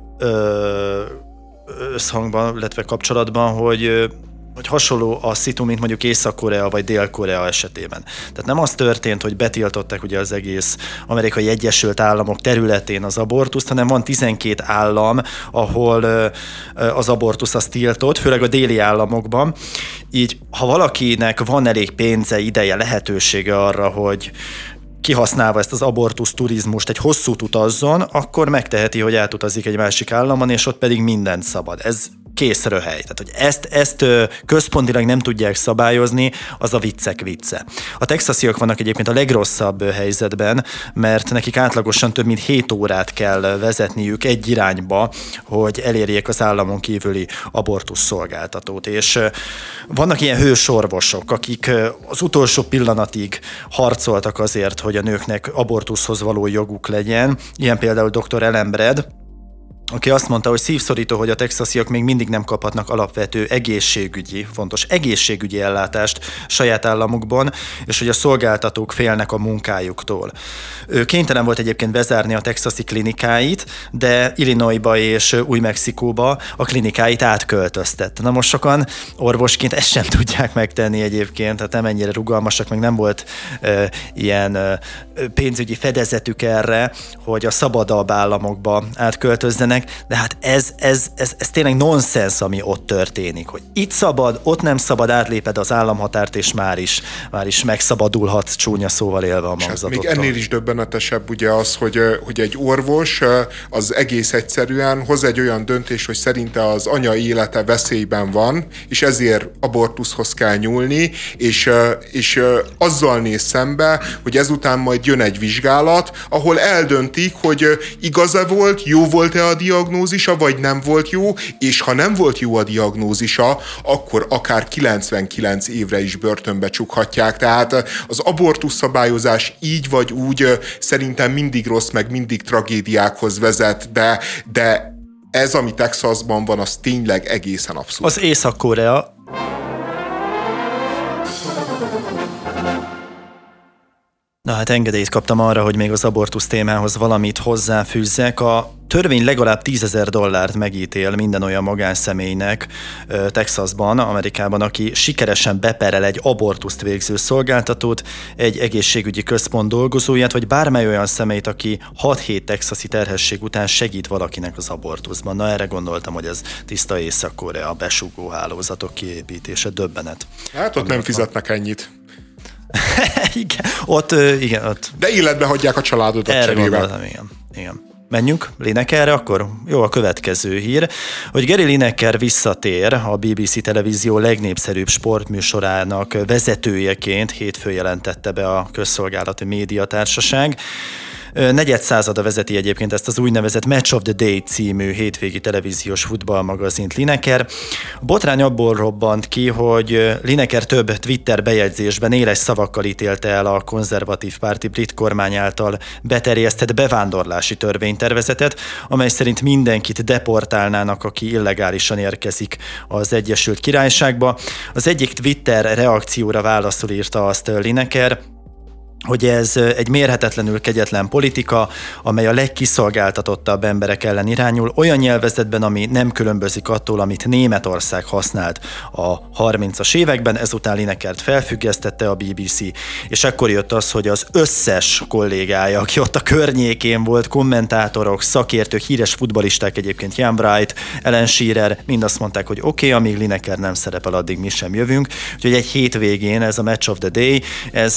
összhangban, illetve kapcsolatban, hogy hasonló a szitu, mint mondjuk Észak-Korea vagy Dél-Korea esetében. Tehát nem az történt, hogy betiltották ugye az egész Amerikai Egyesült Államok területén az abortuszt, hanem van 12 állam, ahol az abortusz az tiltott, főleg a déli államokban. Így, ha valakinek van elég pénze, ideje, lehetősége arra, hogy kihasználva ezt az abortusz turizmust egy hosszút utazzon, akkor megteheti, hogy átutazik egy másik államon, és ott pedig mindent szabad. Ez kész röhely. Tehát, hogy ezt központilag nem tudják szabályozni, az a viccek vicce. A texasiak vannak egyébként a legrosszabb helyzetben, mert nekik átlagosan több mint 7 órát kell vezetniük egy irányba, hogy elérjék az államon kívüli abortusz szolgáltatót. És vannak ilyen hősorvosok, akik az utolsó pillanatig harcoltak azért, hogy a nőknek abortuszhoz való joguk legyen. Ilyen például dr. Ellen Brad, aki azt mondta, hogy szívszorító, hogy a texasiak még mindig nem kaphatnak alapvető egészségügyi ellátást saját államukban, és hogy a szolgáltatók félnek a munkájuktól. Ő kénytelen volt egyébként bezárni a texasi klinikáit, de Illinoisba és Új-Mexikóba a klinikáit átköltöztette. Na most sokan orvosként ezt sem tudják megtenni egyébként, tehát nem ennyire rugalmasak, meg nem volt ilyen pénzügyi fedezetük erre, hogy a szabadabb államokba átköltözzenek, de hát ez tényleg nonsens, ami ott történik, hogy itt szabad, ott nem szabad, átléped az államhatárt, és már is megszabadulhatsz, csúnya szóval élve a magzatottól.
Még ennél is döbbenetesebb ugye az, hogy egy orvos az egész egyszerűen hoz egy olyan döntést, hogy szerinte az anya élete veszélyben van, és ezért abortuszhoz kell nyúlni, és azzal néz szembe, hogy ezután majd jön egy vizsgálat, ahol eldöntik, hogy igaza volt, jó volt-e a diagnózisa, vagy nem volt jó, és ha nem volt jó a diagnózisa, akkor akár 99 évre is börtönbe csukhatják. Tehát az abortusz szabályozás így vagy úgy szerintem mindig rossz, meg mindig tragédiákhoz vezet, de ez, ami Texasban van, az tényleg egészen abszurd.
Az Észak-Korea. Na hát engedélyt kaptam arra, hogy még az abortusz témához valamit hozzáfűzzek. A törvény legalább $10,000 megítél minden olyan magánszemélynek Texasban, Amerikában, aki sikeresen beperel egy abortuszt végző szolgáltatót, egy egészségügyi központ dolgozóját, vagy bármely olyan személyt, aki 6 hét texasi terhesség után segít valakinek az abortuszban. Na erre gondoltam, hogy ez tiszta Észak-Korea, a besugó hálózatok kiépítése, döbbenet.
Hát ott nem fizetnek ennyit.
Igen, ott.
De életbe hagyják a családodat
cserébe. Erre gondoltam, igen. Menjünk Linekerre, akkor jó, a következő hír, hogy Gary Lineker visszatér a BBC televízió legnépszerűbb sportműsorának vezetőjeként, hétfőn jelentette be a közszolgálati médiatársaság. Negyedszázada vezeti egyébként ezt az úgynevezett Match of the Day című hétvégi televíziós futballmagazint Lineker. A botrány abból robbant ki, hogy Lineker több Twitter bejegyzésben éles szavakkal ítélte el a konzervatív párti brit kormány által beterjesztett bevándorlási törvénytervezetet, amely szerint mindenkit deportálnának, aki illegálisan érkezik az Egyesült Királyságba. Az egyik Twitter reakcióra válaszul írta azt Lineker, hogy ez egy mérhetetlenül kegyetlen politika, amely a legkiszolgáltatottabb emberek ellen irányul, olyan nyelvezetben, ami nem különbözik attól, amit Németország használt a 30-as években, ezután Linekert felfüggesztette a BBC, és ekkor jött az, hogy az összes kollégája, aki ott a környékén volt, kommentátorok, szakértők, híres futballisták egyébként, Jan Wright, Alan Shearer, mind azt mondták, hogy oké, amíg Lineker nem szerepel, addig mi sem jövünk. Úgyhogy egy hétvégén ez a Match of the Day, ez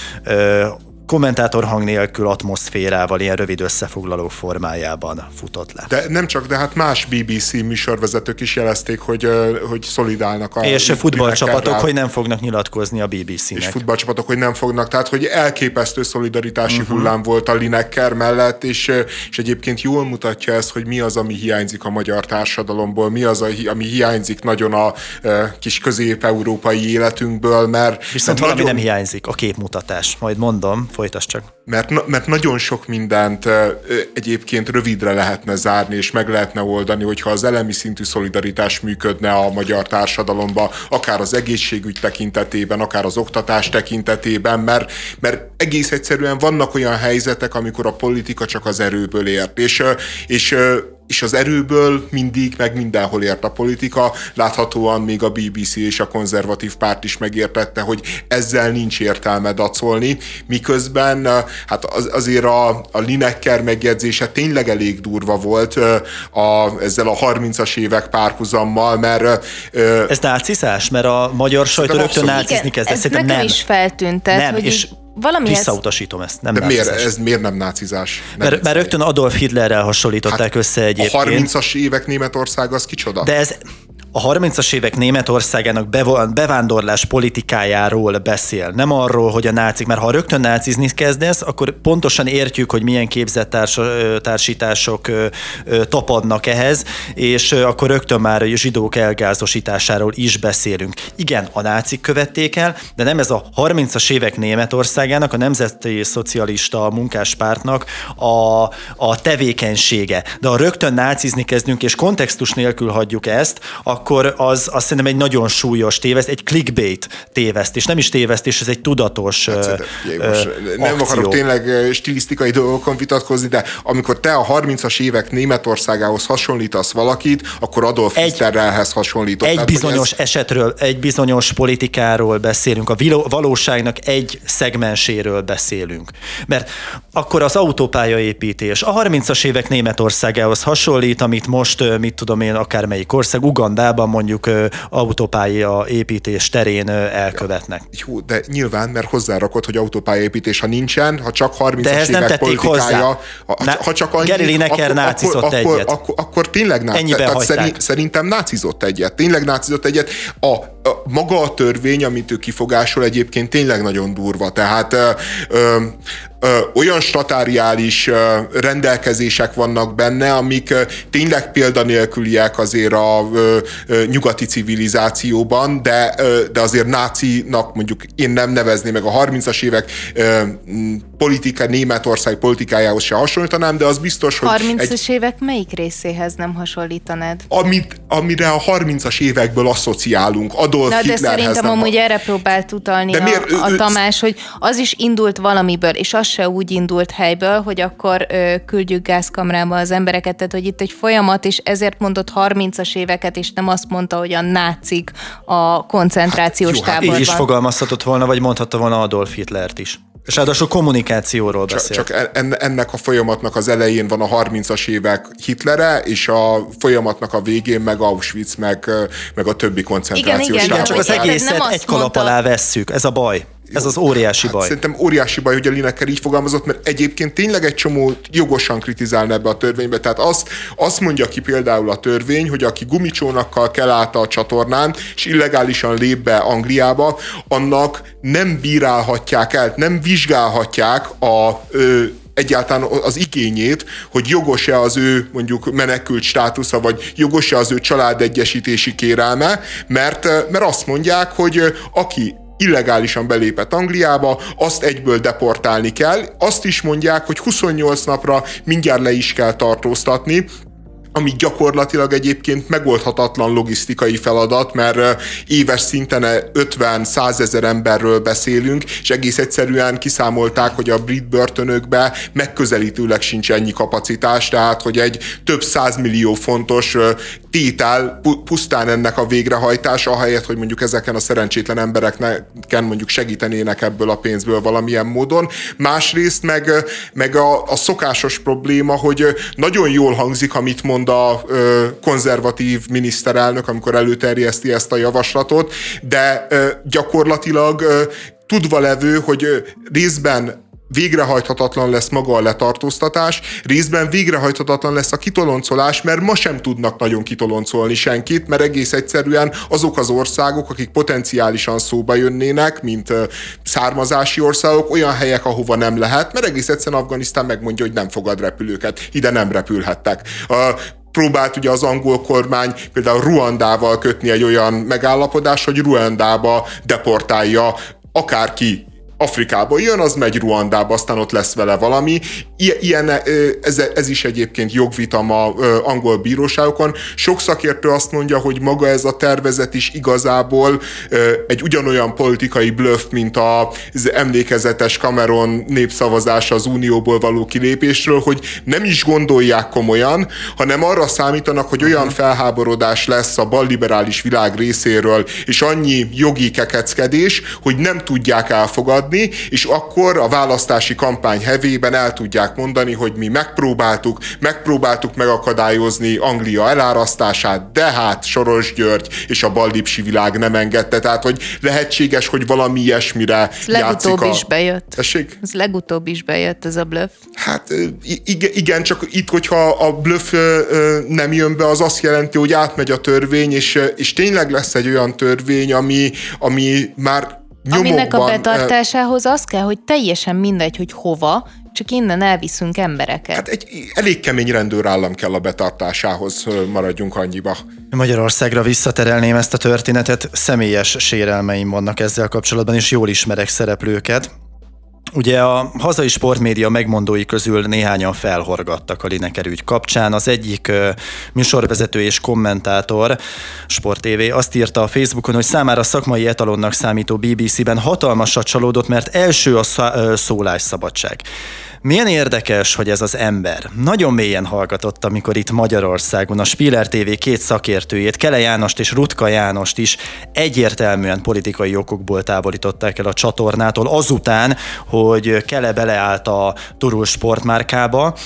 kommentátorhang nélkül, atmoszférával, ilyen rövid összefoglaló formájában futott le.
De nem csak, de hát más BBC műsorvezetők is jelezték, hogy szolidálnak a...
És futballcsapatok, hogy nem fognak nyilatkozni a BBC-nek.
És futballcsapatok, hogy nem fognak, tehát hogy elképesztő szolidaritási hullám volt a Lineker mellett, és egyébként jól mutatja ezt, hogy mi az, ami hiányzik a magyar társadalomból, mi az, ami hiányzik nagyon a kis közép-európai életünkből, mert...
Viszont valami nagyon... nem hiányzik, a képmutatás. Majd mondom, folytasd csak.
Mert nagyon sok mindent egyébként rövidre lehetne zárni, és meg lehetne oldani, hogyha az elemi szintű szolidaritás működne a magyar társadalomban, akár az egészségügy tekintetében, akár az oktatás tekintetében, mert egész egyszerűen vannak olyan helyzetek, amikor a politika csak az erőből ért, és az erőből mindig, meg mindenhol ért a politika. Láthatóan még a BBC és a konzervatív párt is megértette, hogy ezzel nincs értelme dacolni, miközben hát azért a Lineker megjegyzése tényleg elég durva volt ezzel a 30-as évek párhuzammal, mert...
Ez nácizás? Mert a magyar sajtó rögtön nácizni kezdett.
Ez nekem is feltűntett,
nem,
hogy
és visszautasítom ezt. Nem
de ez miért nem nácizás?
Mert rögtön Adolf Hitlerrel hasonlították össze egyébként.
A 30-as évek Németország az kicsoda?
De ez... A 30-as évek Németországának bevándorlás politikájáról beszél, nem arról, hogy a nácik, mert ha rögtön nácizni kezdesz, akkor pontosan értjük, hogy milyen képzett társítások tapadnak ehhez, és akkor rögtön már a zsidók elgázosításáról is beszélünk. Igen, a nácik követték el, de nem ez a 30-as évek Németországának, a Nemzeti Szocialista Munkáspártnak a tevékenysége. De ha rögtön nácizni kezdünk, és kontextus nélkül hagyjuk ezt, akkor az szerintem egy nagyon súlyos téveszt, egy clickbait tévesztés, nem is tévesztés, ez egy tudatos
nem akarok tényleg stilisztikai dolgokon vitatkozni, de amikor te a 30-as évek Németországához hasonlítasz valakit, akkor Adolf Hitlerhez hasonlított.
Egy bizonyos esetről, egy bizonyos politikáról beszélünk, a valóságnak egy szegmenséről beszélünk. Mert akkor az autópályaépítés a 30-as évek Németországához hasonlít, amit most, mit tudom én, akármelyik ország, Ugandában mondjuk autópálya építés terén elkövetnek.
Jó, de nyilván, mert hozzárakod, hogy autópályaépítés, ha nincsen, ha csak 30-as évek politikája, ha csak annyi,
Gary Lineker nácizott egyet.
Akkor tényleg szerintem nácizott egyet. Tényleg nácizott egyet. Maga a törvény, amit ő kifogásol, egyébként tényleg nagyon durva. Tehát olyan statáriális rendelkezések vannak benne, amik tényleg példanélküliek azért a nyugati civilizációban, de azért nácinak mondjuk én nem nevezném, meg a 30-as évek Németország politikájához se hasonlítanám, de az biztos, hogy...
30-as évek melyik részéhez nem hasonlítanád?
Amire a 30-as évekből asszociálunk, Adolf Hitlerhez.
De szerintem amúgy erre próbált utalni a Tamás, hogy az is indult valamiből, és az se úgy indult helyből, hogy akkor küldjük gázkamrába az embereket, tehát hogy itt egy folyamat, és ezért mondott 30-as éveket, és nem azt mondta, hogy a nácik a koncentrációs táborban.
Így is fogalmazhatott volna, vagy mondhatta volna Adolf Hitlert is. És ráadásul kommunikációról beszélt.
Csak ennek a folyamatnak az elején van a 30-as évek Hitlere, és a folyamatnak a végén meg Auschwitz, meg a többi koncentrációs tábor.
Igen, csak az egészet egy kalap alá vesszük. Ez a baj. Ez az óriási baj.
Szerintem óriási baj, hogy a Lineker így fogalmazott, mert egyébként tényleg egy csomó jogosan kritizálna ebbe a törvénybe. Tehát azt mondja ki például a törvény, hogy aki gumicsónakkal kell át a csatornán, és illegálisan lép be Angliába, annak nem bírálhatják el, nem vizsgálhatják egyáltalán az igényét, hogy jogos-e az ő mondjuk menekült státusza, vagy jogos-e az ő családegyesítési kérelme, mert azt mondják, hogy aki illegálisan belépett Angliába, azt egyből deportálni kell. Azt is mondják, hogy 28 napra mindjárt le is kell tartóztatni, ami gyakorlatilag egyébként megoldhatatlan logisztikai feladat, mert éves szinten 50-100 ezer emberről beszélünk, és egész egyszerűen kiszámolták, hogy a brit börtönökben megközelítőleg sincs ennyi kapacitás, tehát hogy egy több 100 millió fontos tétel pusztán ennek a végrehajtása, ahelyett, hogy mondjuk ezeken a szerencsétlen embereken mondjuk segítenének ebből a pénzből valamilyen módon. Másrészt meg a szokásos probléma, hogy nagyon jól hangzik, amit mond a konzervatív miniszterelnök, amikor előterjeszti ezt a javaslatot, de gyakorlatilag tudva levő, hogy részben végrehajthatatlan lesz maga a letartóztatás, részben végrehajthatatlan lesz a kitoloncolás, mert ma sem tudnak nagyon kitoloncolni senkit, mert egész egyszerűen azok az országok, akik potenciálisan szóba jönnének, mint származási országok, olyan helyek, ahova nem lehet, mert egész egyszerűen Afganisztán megmondja, hogy nem fogad repülőket, ide nem repülhettek. Próbált ugye az angol kormány például Ruandával kötni egy olyan megállapodást, hogy Ruandába deportálja akárki Afrikából jön, az megy Ruandába, aztán ott lesz vele valami. Ez is egyébként jogvita ma angol bíróságokon. Sok szakértő azt mondja, hogy maga ez a tervezet is igazából egy ugyanolyan politikai bluff, mint az emlékezetes Cameron népszavazása az Unióból való kilépésről, hogy nem is gondolják komolyan, hanem arra számítanak, hogy olyan felháborodás lesz a balliberális világ részéről, és annyi jogi kekeckedés, hogy nem tudják elfogadni, és akkor a választási kampány hevében el tudják mondani, hogy mi megpróbáltuk megakadályozni Anglia elárasztását, de hát Soros György és a ballipsi világ nem engedte. Tehát, hogy lehetséges, hogy valami ilyesmire játszik
is bejött.
Tessék?
Ez legutóbb is bejött, ez a bluff.
Hát igen, csak itt, hogyha a bluff nem jön be, az azt jelenti, hogy átmegy a törvény, és tényleg lesz egy olyan törvény, ami már nyomokban,
aminek a betartásához az kell, hogy teljesen mindegy, hogy hova, csak innen elviszünk embereket.
Hát egy elég kemény rendőrállam kell a betartásához, maradjunk annyiba.
Magyarországra visszaterelném ezt a történetet, személyes sérelmeim vannak ezzel kapcsolatban, és jól ismerek szereplőket. Ugye a hazai sportmédia megmondói közül néhányan felhorgattak a Lineker ügy kapcsán. Az egyik műsorvezető és kommentátor, Sport TV, azt írta a Facebookon, hogy számára szakmai etalonnak számító BBC-ben hatalmasat csalódott, mert első a szólásszabadság. Milyen érdekes, hogy ez az ember nagyon mélyen hallgatott, amikor itt Magyarországon a Spiller TV két szakértőjét, Kele Jánost és Rutka Jánost is egyértelműen politikai okokból távolították el a csatornától, azután, hogy Kele beleállt a Turul sportmárkába,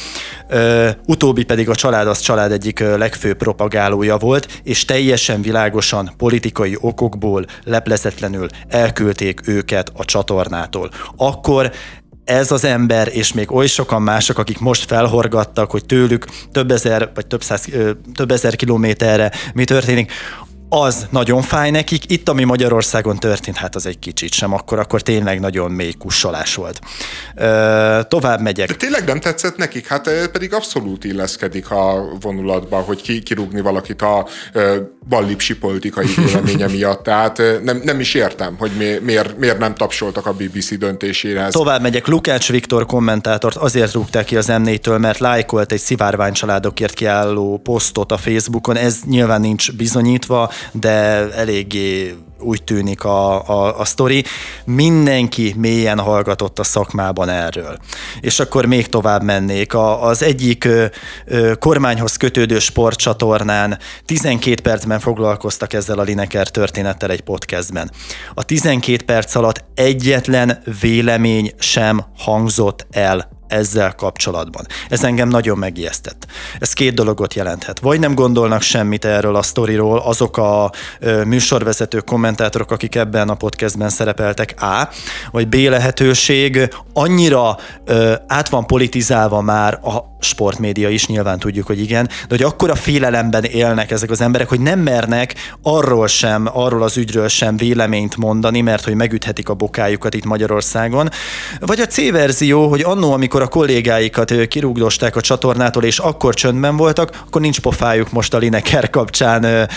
utóbbi pedig a Család az család egyik legfőbb propagálója volt, és teljesen világosan politikai okokból leplezetlenül elküldték őket a csatornától. Akkor ez az ember, és még oly sokan mások, akik most felhorgattak, hogy tőlük több ezer kilométerre mi történik, az nagyon fáj nekik. Itt, ami Magyarországon történt, hát az egy kicsit sem, akkor tényleg nagyon mély kussolás volt. Tovább megyek.
De tényleg nem tetszett nekik? Hát pedig abszolút illeszkedik a vonulatba, hogy kirúgni valakit a ballipsi politikai véleménye miatt. Tehát nem is értem, hogy miért nem tapsoltak a BBC döntésére.
Tovább megyek. Lukács Viktor kommentátort azért rúgták ki az M4-től, mert lájkolt egy szivárványcsaládokért kiálló posztot a Facebookon. Ez nyilván nincs bizonyítva, de eléggé úgy tűnik a sztori. Mindenki mélyen hallgatott a szakmában erről. És akkor még tovább mennék. Az egyik kormányhoz kötődő sportcsatornán 12 percben foglalkoztak ezzel a Lineker történettel egy podcastben. A 12 perc alatt egyetlen vélemény sem hangzott el ezzel kapcsolatban. Ez engem nagyon megijesztett. Ez két dologot jelenthet. Vagy nem gondolnak semmit erről a sztoriról azok a műsorvezető kommentátorok, akik ebben a podcastben szerepeltek, A, vagy B lehetőség, annyira át van politizálva már a sportmédia is, nyilván tudjuk, hogy igen, de hogy akkora félelemben élnek ezek az emberek, hogy nem mernek arról az ügyről sem véleményt mondani, mert hogy megüthetik a bokájukat itt Magyarországon. Vagy a C verzió, hogy annó, amikor a kollégáikat kirúgdosták a csatornától, és akkor csöndben voltak, akkor nincs pofájuk most a Lineker kapcsán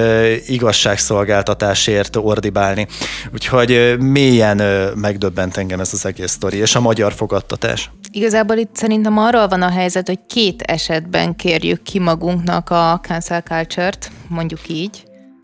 igazságszolgáltatásért ordibálni. Úgyhogy mélyen megdöbbent engem ez az egész sztori, és a magyar fogadtatás.
Igazából itt szerintem arról van a helyzet, hogy 2 esetben kérjük ki magunknak a cancel culture-t, mondjuk így.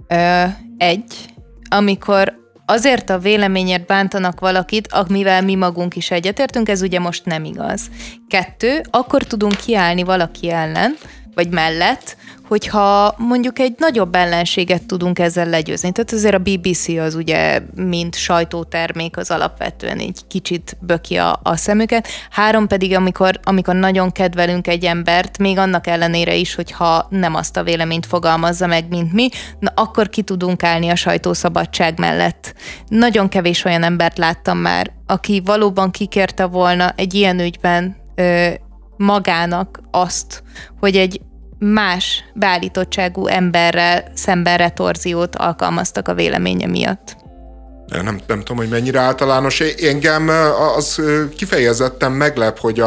1, amikor azért a véleményért bántanak valakit, amivel mi magunk is egyetértünk, ez ugye most nem igaz. 2, akkor tudunk kiállni valaki ellen, vagy mellett, hogyha mondjuk egy nagyobb ellenséget tudunk ezzel legyőzni. Tehát azért a BBC az ugye, mint sajtótermék, az alapvetően egy kicsit böki a szemüket. 3 pedig, amikor nagyon kedvelünk egy embert, még annak ellenére is, hogyha nem azt a véleményt fogalmazza meg, mint mi, na akkor ki tudunk állni a sajtószabadság mellett. Nagyon kevés olyan embert láttam már, aki valóban kikérte volna egy ilyen ügyben magának azt, hogy egy más beállítottságú emberrel szemben retorziót alkalmaztak a véleménye miatt.
Nem tudom, hogy mennyire általános. Engem az kifejezetten meglep, hogy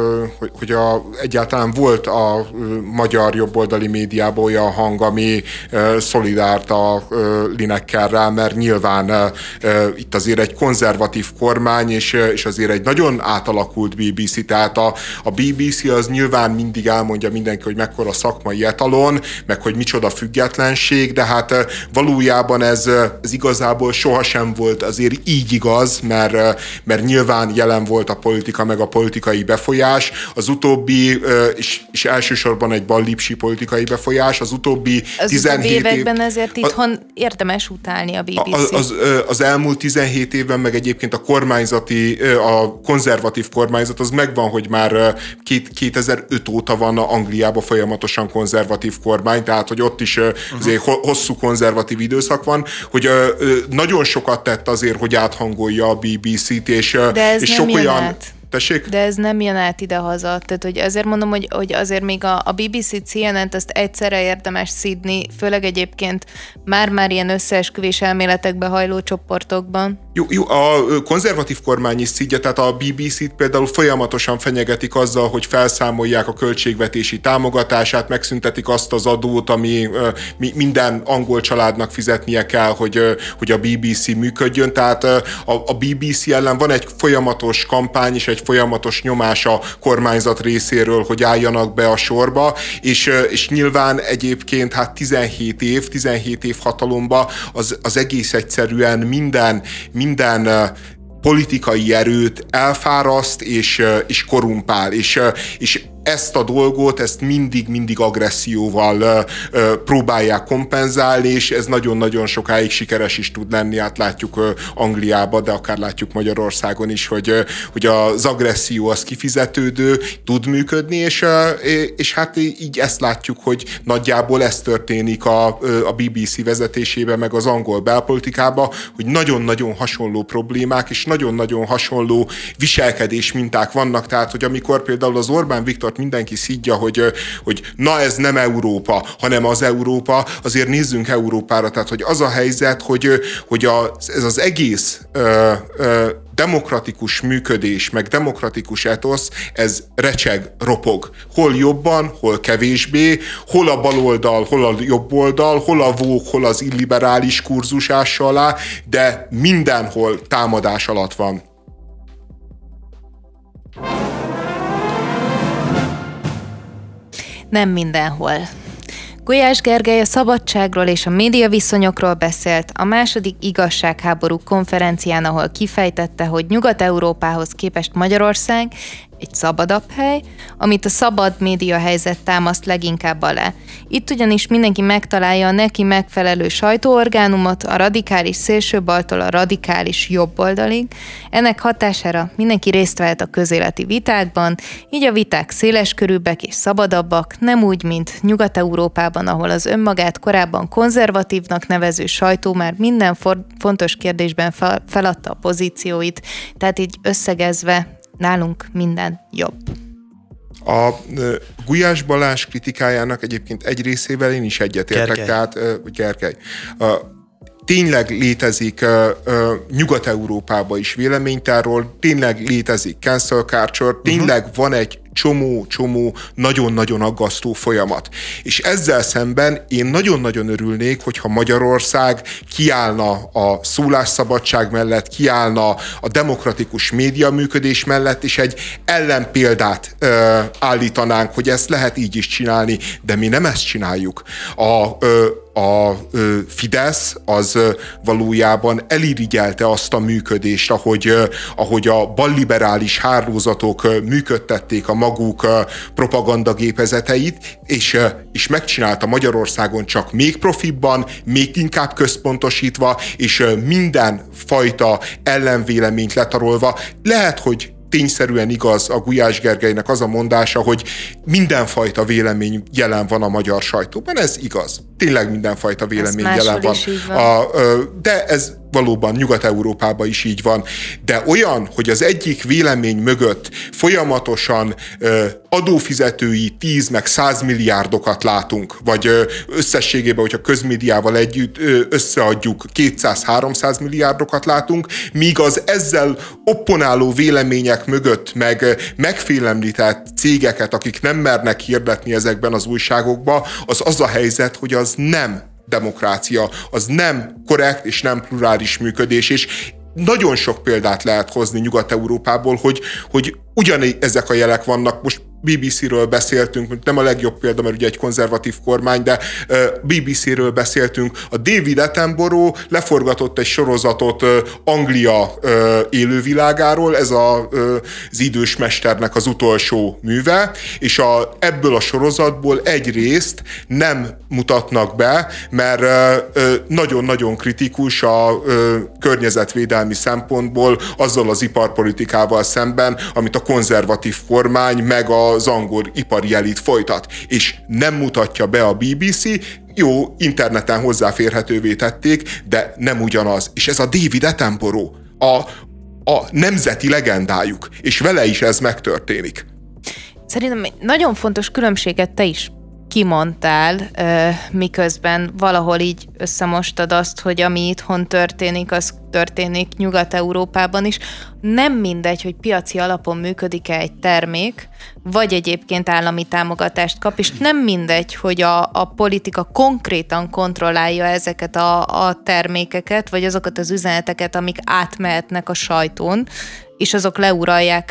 egyáltalán volt a magyar jobboldali médiában olyan hang, ami szolidárt a Linekerrel, mert nyilván itt azért egy konzervatív kormány, és azért egy nagyon átalakult BBC, tehát a BBC az nyilván mindig elmondja mindenki, hogy mekkora szakmai etalon, meg hogy micsoda függetlenség, de hát valójában ez igazából sohasem volt azért így igaz, mert nyilván jelen volt a politika, meg a politikai befolyás. Az utóbbi, és elsősorban egy ballipsi politikai befolyás, az utóbbi 17
években ezért itthon érdemes utálni a BBC.
Az elmúlt 17 évben meg egyébként a konzervatív kormányzat, az megvan, hogy már 2005 óta van Angliában folyamatosan konzervatív kormány, tehát hogy ott is azért hosszú konzervatív időszak van, hogy nagyon sokat tett azért, hogy áthangolja a BBC-t, és sok olyan... Tessék?
De ez nem jön át ide-haza. Tehát, hogy azért mondom, hogy azért még a BBC CNN-t azt egyszerre érdemes szídni, főleg egyébként már ilyen összeesküvés elméletekbe hajló csoportokban.
Jó, a konzervatív kormány is szídja, tehát a BBC-t például folyamatosan fenyegetik azzal, hogy felszámolják a költségvetési támogatását, megszüntetik azt az adót, ami minden angol családnak fizetnie kell, hogy a BBC működjön. Tehát a BBC ellen van egy folyamatos kampány és egy folyamatos nyomás a kormányzat részéről, hogy álljanak be a sorba, és nyilván egyébként hát 17 év hatalomba az egész egyszerűen minden politikai erőt elfáraszt és korrumpál, és ezt a dolgot, ezt mindig agresszióval próbálják kompenzálni, és ez nagyon-nagyon sokáig sikeres is tud lenni, hát látjuk Angliában, de akár látjuk Magyarországon is, hogy az agresszió az kifizetődő, tud működni, és hát így ezt látjuk, hogy nagyjából ez történik a BBC vezetésében, meg az angol belpolitikában, hogy nagyon-nagyon hasonló problémák, és nagyon-nagyon hasonló viselkedés minták vannak, tehát hogy amikor például az Orbán Viktort mindenki szidja, hogy na ez nem Európa, hanem az Európa, azért nézzünk Európára. Tehát, hogy az a helyzet, hogy ez az egész demokratikus működés, meg demokratikus etosz, ez recseg, ropog. Hol jobban, hol kevésbé, hol a baloldal, hol a jobb oldal, hol a woke, hol az illiberális kurzus ássa alá, de mindenhol támadás alatt van.
Nem mindenhol. Gulyás Gergely a szabadságról és a médiaviszonyokról beszélt a második igazságháború konferencián, ahol kifejtette, hogy Nyugat-Európához képest Magyarország egy szabadabb hely, amit a szabad média helyzet támaszt leginkább alá. Itt ugyanis mindenki megtalálja a neki megfelelő sajtóorgánumot, a radikális szélsőbaltól a radikális jobboldalig. Ennek hatására mindenki részt vehet a közéleti vitákban, így a viták széleskörűbbek és szabadabbak, nem úgy, mint Nyugat-Európában, ahol az önmagát korábban konzervatívnak nevező sajtó már minden fontos kérdésben feladta a pozícióit, tehát így összegezve nálunk minden jobb.
A Gulyás Balázs kritikájának egyébként egy részével én is egyetértek, tehát Gergely. Tényleg létezik Nyugat-Európában is véleménytárról, tényleg létezik cancel culture, tényleg van egy csomó nagyon-nagyon aggasztó folyamat. És ezzel szemben én nagyon-nagyon örülnék, hogyha Magyarország kiállna a szólásszabadság mellett, kiállna a demokratikus média működés mellett, és egy ellenpéldát állítanánk, hogy ezt lehet így is csinálni, de mi nem ezt csináljuk. A Fidesz az valójában elirigyelte azt a működést, ahogy a balliberális hálózatok működtették a maguk propagandagépezeteit, és megcsinálta Magyarországon csak még profibban, még inkább központosítva, és minden fajta ellenvéleményt letarolva. Lehet, hogy tényszerűen igaz a Gulyás Gergelynek az a mondása, hogy mindenfajta vélemény jelen van a magyar sajtóban. Ez igaz. Tényleg mindenfajta vélemény jelen van. De ez valóban Nyugat-Európában is így van. De olyan, hogy az egyik vélemény mögött folyamatosan adófizetői 10 meg 100 milliárdokat látunk, vagy összességében, hogyha közmédiával együtt összeadjuk 200-300 milliárdokat látunk, míg az ezzel opponáló vélemények mögött meg megfélemlített cégeket, akik nem mernek hirdetni ezekben az újságokba, az a helyzet, hogy az nem demokrácia, az nem korrekt és nem plurális működés, és nagyon sok példát lehet hozni Nyugat-Európából, hogy ugyanezek a jelek vannak. Most BBC-ről beszéltünk, nem a legjobb példa, mert ugye egy konzervatív kormány, de BBC-ről beszéltünk. A David Attenborough leforgatott egy sorozatot Anglia élővilágáról, ez az idős mesternek az utolsó műve, és ebből a sorozatból egy részt nem mutatnak be, mert nagyon-nagyon kritikus a környezetvédelmi szempontból azzal az iparpolitikával szemben, amit a konzervatív kormány meg az angol ipari elit folytat, és nem mutatja be a BBC, jó, interneten hozzáférhetővé tették, de nem ugyanaz. És ez a David Attenborough, a nemzeti legendájuk, és vele is ez megtörténik.
Szerintem egy nagyon fontos különbséget te is kimondtál, miközben valahol így összemostad azt, hogy ami itthon történik, az történik Nyugat-Európában is. Nem mindegy, hogy piaci alapon működik-e egy termék, vagy egyébként állami támogatást kap, és nem mindegy, hogy a politika konkrétan kontrollálja ezeket a termékeket, vagy azokat az üzeneteket, amik átmehetnek a sajtón, és azok leuralják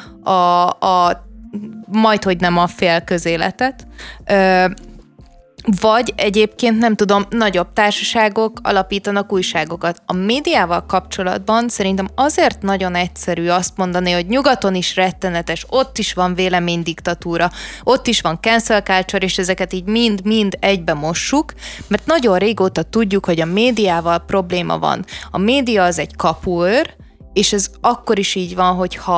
a majdhogy nem a fél közéletet, vagy egyébként nem tudom, nagyobb társaságok alapítanak újságokat. A médiával kapcsolatban szerintem azért nagyon egyszerű azt mondani, hogy nyugaton is rettenetes, ott is van véleménydiktatúra, ott is van cancel culture, és ezeket így mind egybe mossuk, mert nagyon régóta tudjuk, hogy a médiával probléma van. A média az egy kapuőr, és ez akkor is így van, hogyha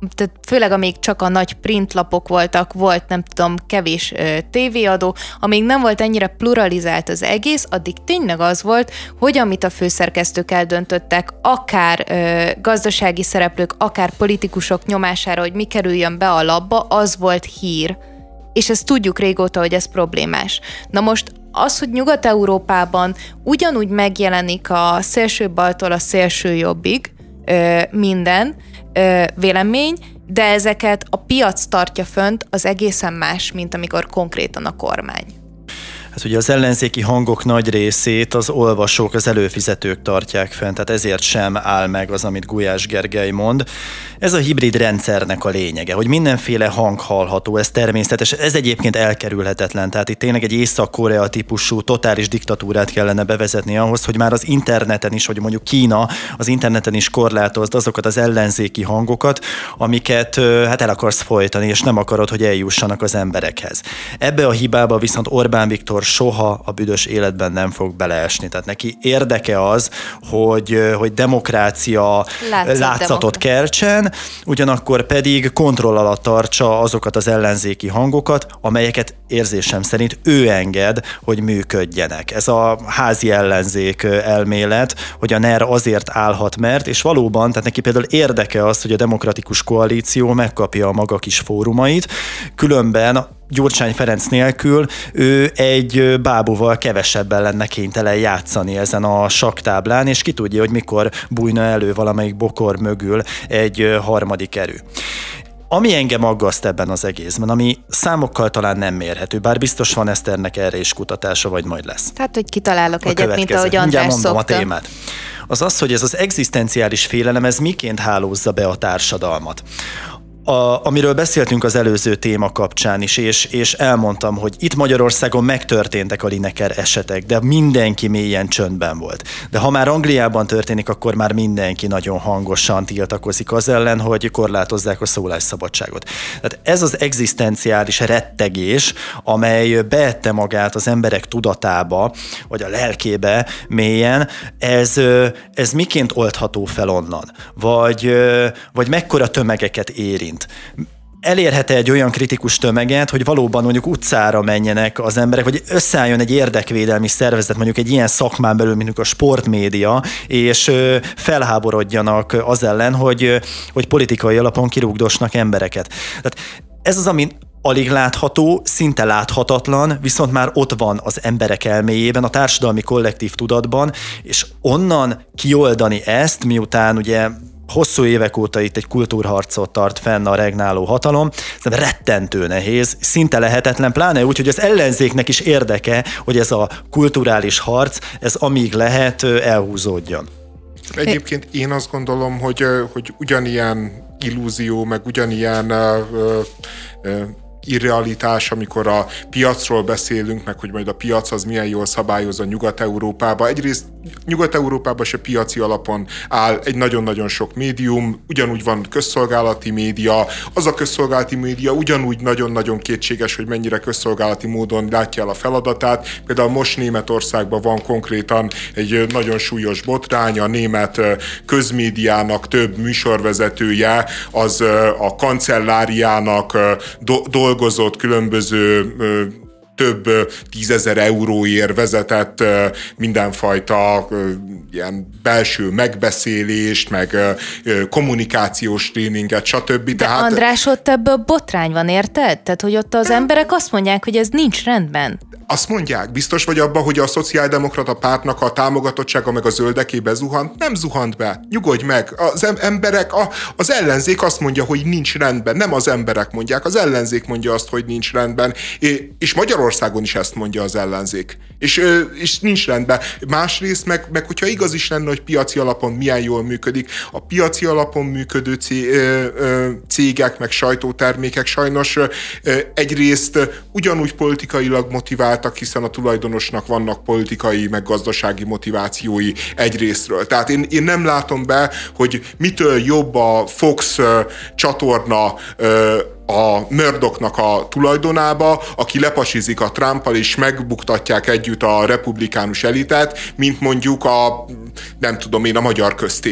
tehát főleg amíg csak a nagy printlapok voltak, volt nem tudom, kevés tévéadó, amíg nem volt ennyire pluralizált az egész, addig tényleg az volt, hogy amit a főszerkesztők eldöntöttek, akár gazdasági szereplők, akár politikusok nyomására, hogy mi kerüljön be a labba, az volt hír. És ezt tudjuk régóta, hogy ez problémás. Na most az, hogy Nyugat-Európában ugyanúgy megjelenik a szélső baltól a szélső jobbig minden vélemény, de ezeket a piac tartja fönt, az egészen más, mint amikor konkrétan a kormány.
Hát ugye az ellenzéki hangok nagy részét az olvasók, az előfizetők tartják fent, tehát ezért sem áll meg az, amit Gulyás Gergely mond. Ez a hibrid rendszernek a lényege, hogy mindenféle hang hallható, ez természetes, ez egyébként elkerülhetetlen, tehát itt tényleg egy Észak-Korea típusú totális diktatúrát kellene bevezetni ahhoz, hogy már az interneten is, vagy mondjuk Kína az interneten is korlátozd azokat az ellenzéki hangokat, amiket hát el akarsz folytani, és nem akarod, hogy eljussanak az emberekhez. Ebbe a hibába viszont Orbán Viktor soha a büdös életben nem fog beleesni. Tehát neki érdeke az, hogy demokrácia látszatot keltsen, ugyanakkor pedig kontroll alatt tartsa azokat az ellenzéki hangokat, amelyeket érzésem szerint ő enged, hogy működjenek. Ez a házi ellenzék elmélet, hogy a NER azért állhat, mert, és valóban, tehát neki például érdeke az, hogy a demokratikus koalíció megkapja a maga kis fórumait, különben Gyurcsány Ferenc nélkül ő egy bábúval kevesebben lenne kénytelen játszani ezen a sakktáblán, és ki tudja, hogy mikor bújna elő valamelyik bokor mögül egy harmadik erő. Ami engem aggaszt ebben az egészben, ami számokkal talán nem mérhető, bár biztos van Eszternek erre is kutatása, vagy majd lesz.
Tehát, hogy kitalálok egyet, mint ahogy András szokta.
A témát. Az, hogy ez az egzisztenciális félelem, ez miként hálózza be a társadalmat. Amiről beszéltünk az előző téma kapcsán is, és elmondtam, hogy itt Magyarországon megtörténtek a Lineker esetek, de mindenki mélyen csöndben volt. De ha már Angliában történik, akkor már mindenki nagyon hangosan tiltakozik az ellen, hogy korlátozzák a szólásszabadságot. Tehát ez az egzisztenciális rettegés, amely beette magát az emberek tudatába, vagy a lelkébe mélyen, ez miként oldható fel onnan? Vagy mekkora tömegeket érint? Elérhet-e egy olyan kritikus tömeget, hogy valóban mondjuk utcára menjenek az emberek, vagy összeálljon egy érdekvédelmi szervezet, mondjuk egy ilyen szakmán belül, mint a sportmédia, és felháborodjanak az ellen, hogy politikai alapon kirúgdosnak embereket. Tehát ez az, ami alig látható, szinte láthatatlan, viszont már ott van az emberek elméjében, a társadalmi kollektív tudatban, és onnan kioldani ezt, miután ugye hosszú évek óta itt egy kultúrharcot tart fenn a regnáló hatalom, ez rettentő nehéz, szinte lehetetlen, pláne úgy, hogy az ellenzéknek is érdeke, hogy ez a kulturális harc, ez amíg lehet elhúzódjon.
Egyébként én azt gondolom, hogy ugyanilyen illúzió, meg ugyanilyen irrealitás, amikor a piacról beszélünk, meg hogy majd a piac az milyen jól szabályozza Nyugat-Európába. Egyrészt Nyugat-Európában se piaci alapon áll egy nagyon-nagyon sok médium, ugyanúgy van közszolgálati média, az a közszolgálati média ugyanúgy nagyon-nagyon kétséges, hogy mennyire közszolgálati módon látja el a feladatát. Például most Németországban van konkrétan egy nagyon súlyos botrány, a német közmédiának több műsorvezetője az a kancelláriának dolgozott különböző több 10 000 euróért vezetett mindenfajta ilyen belső megbeszélést, meg kommunikációs tréninget, stb.
De tehát, András, ott ebből botrány van, érted? Tehát, hogy ott az emberek azt mondják, hogy ez nincs rendben.
Azt mondják, biztos vagy abban, hogy a szociáldemokrata pártnak a támogatottsága meg a zöldekébe zuhant? Nem zuhant be. Nyugodj meg. Az emberek, az ellenzék azt mondja, hogy nincs rendben. Nem az emberek mondják, az ellenzék mondja azt, hogy nincs rendben. És Magyarországon is ezt mondja az ellenzék. És nincs rendben. Másrészt meg hogyha igaz is lenne, hogy piaci alapon milyen jól működik, a piaci alapon működő cégek, meg sajtótermékek sajnos egyrészt ugyanúgy politikailag motivált, hiszen a tulajdonosnak vannak politikai, meg gazdasági motivációi egyrésztről. Tehát én nem látom be, hogy mitől jobb a Fox csatorna a Murdochnak a tulajdonába, aki lepasizik a Trumpal, és megbuktatják együtt a republikánus elitet, mint mondjuk a Magyar Köztévé.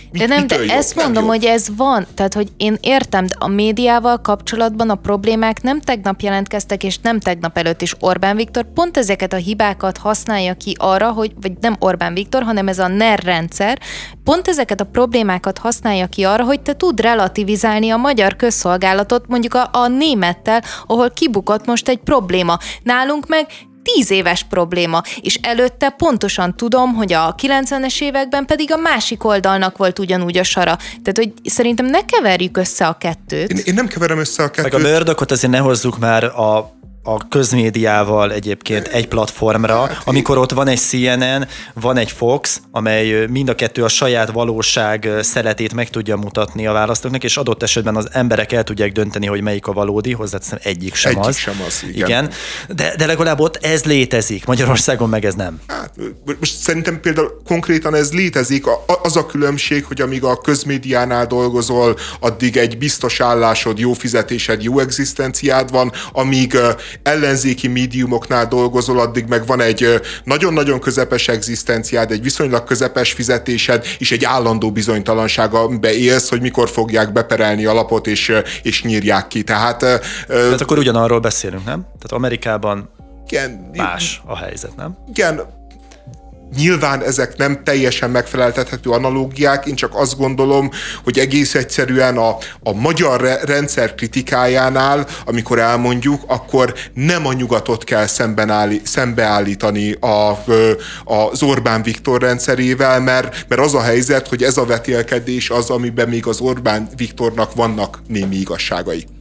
De nem, de ezt mondom, hogy ez van. Tehát, hogy én értem, de a médiával kapcsolatban a problémák nem tegnap jelentkeztek, és nem tegnap előtt is. Orbán Viktor pont ezeket a hibákat használja ki arra, hogy, vagy nem Orbán Viktor, hanem ez a NER rendszer, pont ezeket a problémákat használja ki arra, hogy te tud relativizálni a magyar közszolgálatot, mondjuk a némettel, ahol kibukott most egy probléma. Nálunk meg 10 éves probléma, és előtte pontosan tudom, hogy a 90-es években pedig a másik oldalnak volt ugyanúgy a sara. Tehát, hogy szerintem ne keverjük össze a kettőt.
Én nem keverem össze a kettőt.
Meg a Murdochot azért ne hozzuk már a közmédiával egyébként egy platformra, amikor ott van egy CNN, van egy Fox, amely mind a kettő a saját valóság szeletét meg tudja mutatni a választóknak, és adott esetben az emberek el tudják dönteni, hogy melyik a valódi, hozzáteszem egyik sem az. Igen. De legalább ott ez létezik, Magyarországon meg ez nem.
Hát, most szerintem például konkrétan ez létezik, az a különbség, hogy amíg a közmédiánál dolgozol, addig egy biztos állásod, jó fizetésed, jó egzisztenciád van, amíg ellenzéki médiumoknál dolgozol, addig meg van egy nagyon-nagyon közepes egzisztenciád, egy viszonylag közepes fizetésed, és egy állandó bizonytalanság, amiben élsz, hogy mikor fogják beperelni a lapot, és nyírják ki. Tehát
akkor ugyanarról beszélünk, nem? Tehát Amerikában
igen,
más a helyzet, nem?
Igen, nyilván ezek nem teljesen megfeleltethető analógiák, én csak azt gondolom, hogy egész egyszerűen a magyar rendszer kritikájánál, amikor elmondjuk, akkor nem a nyugatot kell szembeállítani az Orbán Viktor rendszerével, mert az a helyzet, hogy ez a vetélkedés az, amiben még az Orbán Viktornak vannak némi igazságai.